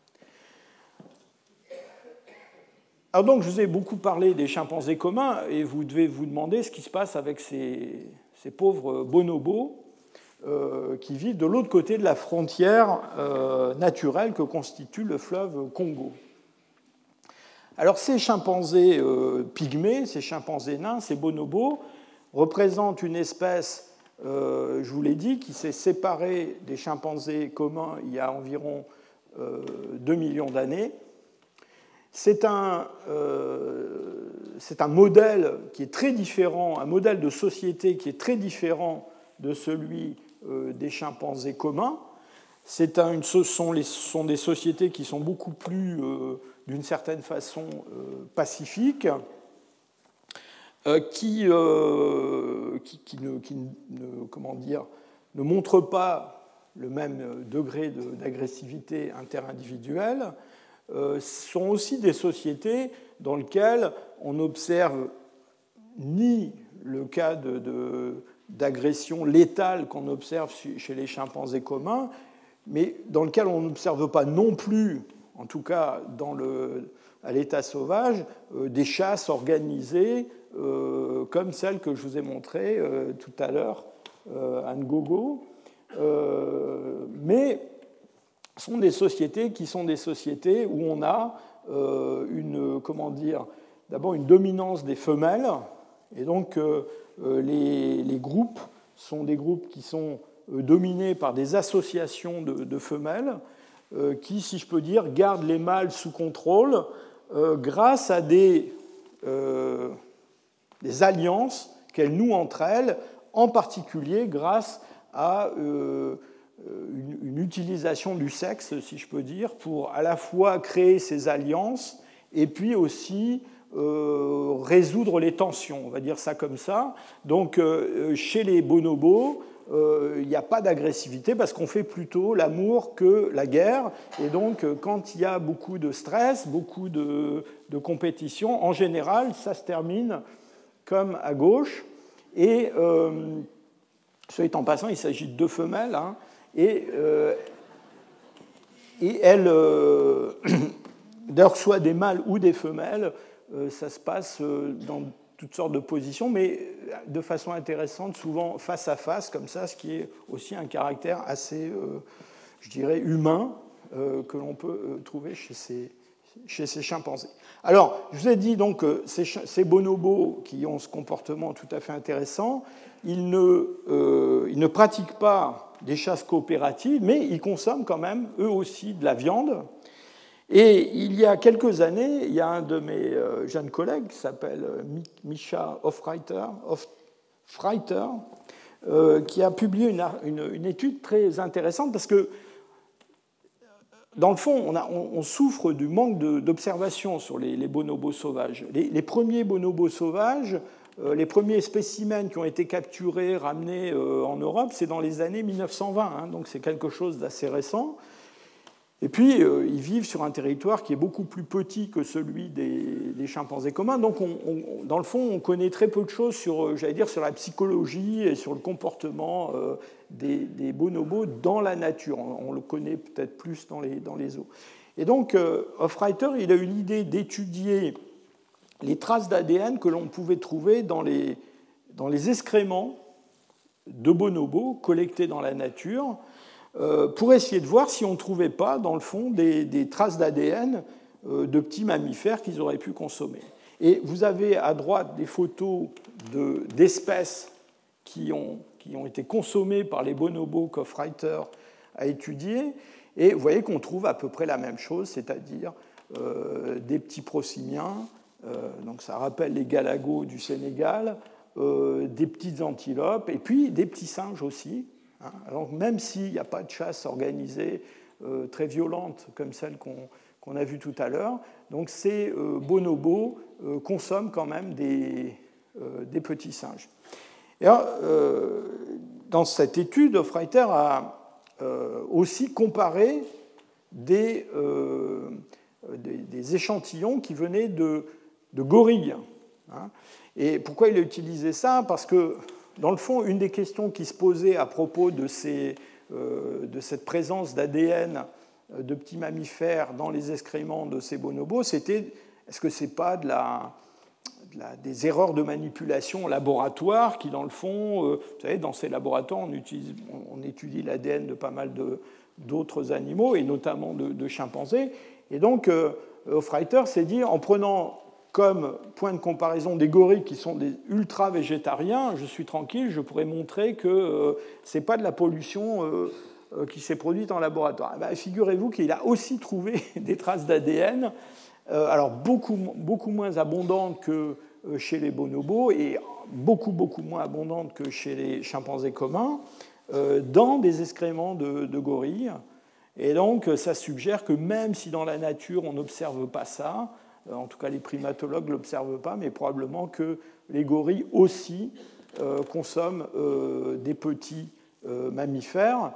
Alors donc, je vous ai beaucoup parlé des chimpanzés communs, et vous devez vous demander ce qui se passe avec ces, ces pauvres bonobos euh, qui vivent de l'autre côté de la frontière euh, naturelle que constitue le fleuve Congo. Alors ces chimpanzés euh, pygmées, ces chimpanzés nains, ces bonobos, représentent une espèce, euh, je vous l'ai dit, qui s'est séparée des chimpanzés communs il y a environ euh, deux millions d'années. C'est un, euh, c'est un modèle qui est très différent, un modèle de société qui est très différent de celui euh, des chimpanzés communs. C'est un, ce sont, les, sont des sociétés qui sont beaucoup plus, euh, d'une certaine façon, euh, pacifiques, euh, qui, euh, qui, qui, ne, qui ne, comment dire, ne montrent pas le même degré de, d'agressivité interindividuelle. Euh, sont aussi des sociétés dans lesquelles on n'observe ni le cas de, de, d'agression létale qu'on observe chez les chimpanzés communs, mais dans lequel on n'observe pas non plus, en tout cas dans le, à l'état sauvage, euh, des chasses organisées euh, comme celle que je vous ai montrée euh, tout à l'heure euh, à Ngogo. Euh, mais sont des sociétés qui sont des sociétés où on a euh, une, comment dire, d'abord une dominance des femelles, et donc euh, les, les groupes sont des groupes qui sont euh, dominés par des associations de, de femelles euh, qui, si je peux dire, gardent les mâles sous contrôle euh, grâce à des, euh, des alliances qu'elles nouent entre elles, en particulier grâce à euh, une, une utilisation du sexe, si je peux dire, pour à la fois créer ces alliances et puis aussi euh, résoudre les tensions, on va dire ça comme ça. Donc euh, chez les bonobos, euh, il n'y a pas d'agressivité parce qu'on fait plutôt l'amour que la guerre. Et donc quand il y a beaucoup de stress, beaucoup de, de compétition, en général, ça se termine comme à gauche. Et euh, soit dit en passant, il s'agit de deux femelles, hein, et, euh, et elles, euh, d'ailleurs, soit des mâles ou des femelles, euh, ça se passe dans toutes sortes de positions, mais de façon intéressante, souvent face à face, comme ça, ce qui est aussi un caractère assez, euh, je dirais, humain, euh, que l'on peut euh, trouver chez ces, chez ces chimpanzés. Alors, je vous ai dit donc que ces, ces bonobos qui ont ce comportement tout à fait intéressant, ils ne, euh, ils ne pratiquent pas des chasses coopératives, mais ils consomment quand même, eux aussi, de la viande. Et il y a quelques années, il y a un de mes euh, jeunes collègues qui s'appelle Misha Hofreiter, Hofreiter euh, qui a publié une, une, une étude très intéressante parce que dans le fond, on, a, on, on souffre du manque d'observation sur les, les bonobos sauvages. Les, les premiers bonobos sauvages, euh, les premiers spécimens qui ont été capturés, ramenés euh, en Europe, c'est dans les années mille neuf cent vingt, hein, donc c'est quelque chose d'assez récent. Et puis, euh, ils vivent sur un territoire qui est beaucoup plus petit que celui des, des chimpanzés communs. Donc, on, on, dans le fond, on connaît très peu de choses sur, j'allais dire, sur la psychologie et sur le comportement euh, des, des bonobos dans la nature. On, on le connaît peut-être plus dans les, dans les zoos. Et donc, euh, Hofreiter, il a eu l'idée d'étudier les traces d'A D N que l'on pouvait trouver dans les, dans les excréments de bonobos collectés dans la nature, pour essayer de voir si on ne trouvait pas, dans le fond, des, des traces d'A D N de petits mammifères qu'ils auraient pu consommer. Et vous avez à droite des photos de, d'espèces qui ont, qui ont été consommées par les bonobos qu'Hofreiter a étudiés, et vous voyez qu'on trouve à peu près la même chose, c'est-à-dire euh, des petits prosimiens, euh, donc ça rappelle les galagos du Sénégal, euh, des petites antilopes, et puis des petits singes aussi. Alors, même s'il n'y a pas de chasse organisée euh, très violente comme celle qu'on, qu'on a vue tout à l'heure, donc ces euh, bonobos euh, consomment quand même des, euh, des petits singes. Et alors, euh, dans cette étude, Hofreiter a euh, aussi comparé des, euh, des, des échantillons qui venaient de, de gorilles. Hein. Et pourquoi il a utilisé ça ? Parce que dans le fond, une des questions qui se posait à propos de, ces, euh, de cette présence d'A D N de petits mammifères dans les excréments de ces bonobos, c'était est-ce que ce n'est pas de la, de la, des erreurs de manipulation en laboratoire qui, dans le fond, euh, vous savez, dans ces laboratoires, on, utilise, on étudie l'A D N de pas mal de, d'autres animaux, et notamment de, de chimpanzés. Et donc, euh, Hofreiter s'est dit, en prenant comme point de comparaison des gorilles qui sont des ultra-végétariens, je suis tranquille, je pourrais montrer que euh, ce n'est pas de la pollution euh, euh, qui s'est produite en laboratoire. Eh bien, figurez-vous qu'il a aussi trouvé des traces d'A D N, euh, alors beaucoup, beaucoup moins abondantes que euh, chez les bonobos et beaucoup, beaucoup moins abondantes que chez les chimpanzés communs, euh, dans des excréments de, de gorilles. Et donc, ça suggère que même si dans la nature, on n'observe pas ça, en tout cas les primatologues ne l'observent pas, mais probablement que les gorilles aussi euh, consomment euh, des petits euh, mammifères.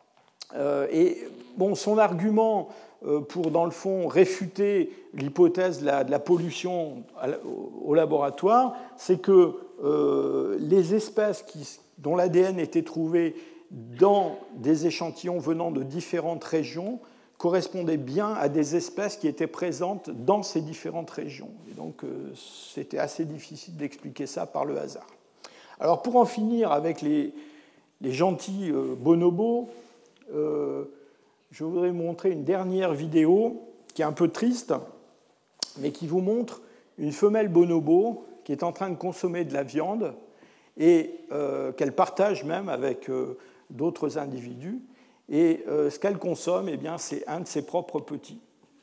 Euh, et bon, son argument euh, pour, dans le fond, réfuter l'hypothèse de la, de la pollution à, au, au laboratoire, c'est que euh, les espèces qui, dont l'A D N était trouvé dans des échantillons venant de différentes régions correspondaient bien à des espèces qui étaient présentes dans ces différentes régions. Et donc, euh, c'était assez difficile d'expliquer ça par le hasard. Alors, pour en finir avec les, les gentils euh, bonobos, euh, je voudrais vous montrer une dernière vidéo qui est un peu triste, mais qui vous montre une femelle bonobo qui est en train de consommer de la viande et euh, qu'elle partage même avec euh, d'autres individus. Et euh, ce qu'elle consomme, eh bien, c'est un de ses propres petits.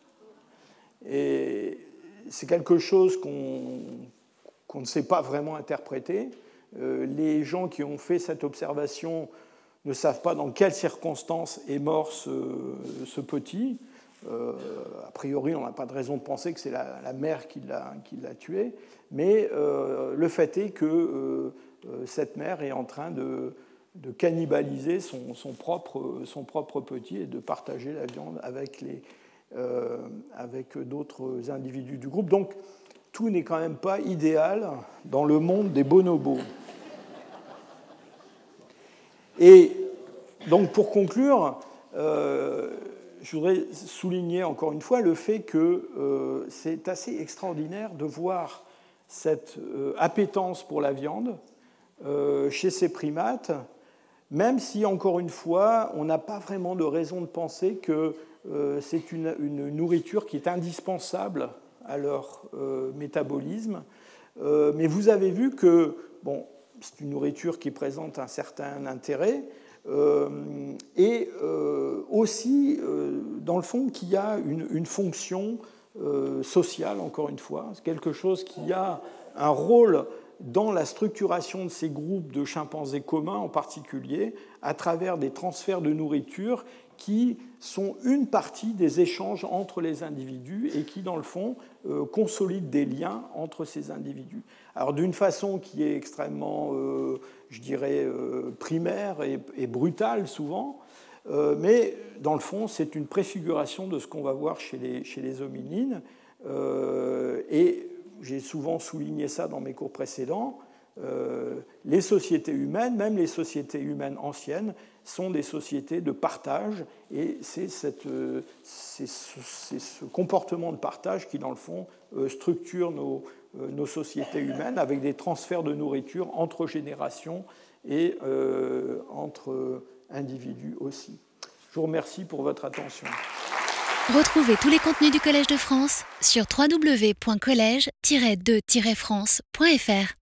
Et c'est quelque chose qu'on qu'on ne sait pas vraiment interpréter. Euh, les gens qui ont fait cette observation ne savent pas dans quelles circonstances est mort ce, ce petit. Euh, a priori, on n'a pas de raison de penser que c'est la, la mère qui l'a, qui l'a tué, mais euh, le fait est que euh, cette mère est en train de, de cannibaliser son, son, propre, son propre petit et de partager la viande avec, les, euh, avec d'autres individus du groupe. Donc, tout n'est quand même pas idéal dans le monde des bonobos. Et donc, pour conclure, euh, je voudrais souligner encore une fois le fait que euh, c'est assez extraordinaire de voir cette euh, appétence pour la viande euh, chez ces primates, même si, encore une fois, on n'a pas vraiment de raison de penser que euh, c'est une, une nourriture qui est indispensable à leur euh, métabolisme. Euh, mais vous avez vu que, bon, c'est une nourriture qui présente un certain intérêt, Euh, et euh, aussi, euh, dans le fond, qu'il y a une, une fonction euh, sociale, encore une fois. C'est quelque chose qui a un rôle dans la structuration de ces groupes de chimpanzés communs, en particulier, à travers des transferts de nourriture qui sont une partie des échanges entre les individus et qui, dans le fond, euh, consolident des liens entre ces individus. Alors, d'une façon qui est extrêmement, euh, je dirais, euh, primaire et, et brutale souvent, euh, mais dans le fond, c'est une préfiguration de ce qu'on va voir chez les, chez les hominines. Euh, et j'ai souvent souligné ça dans mes cours précédents. Euh, les sociétés humaines, même les sociétés humaines anciennes, sont des sociétés de partage, et c'est, cette, c'est, ce, c'est ce comportement de partage qui, dans le fond, structure nos, nos sociétés humaines avec des transferts de nourriture entre générations et euh, entre individus aussi. Je vous remercie pour votre attention. Retrouvez tous les contenus du Collège de France sur w w w point collège tiret de tiret france point f r.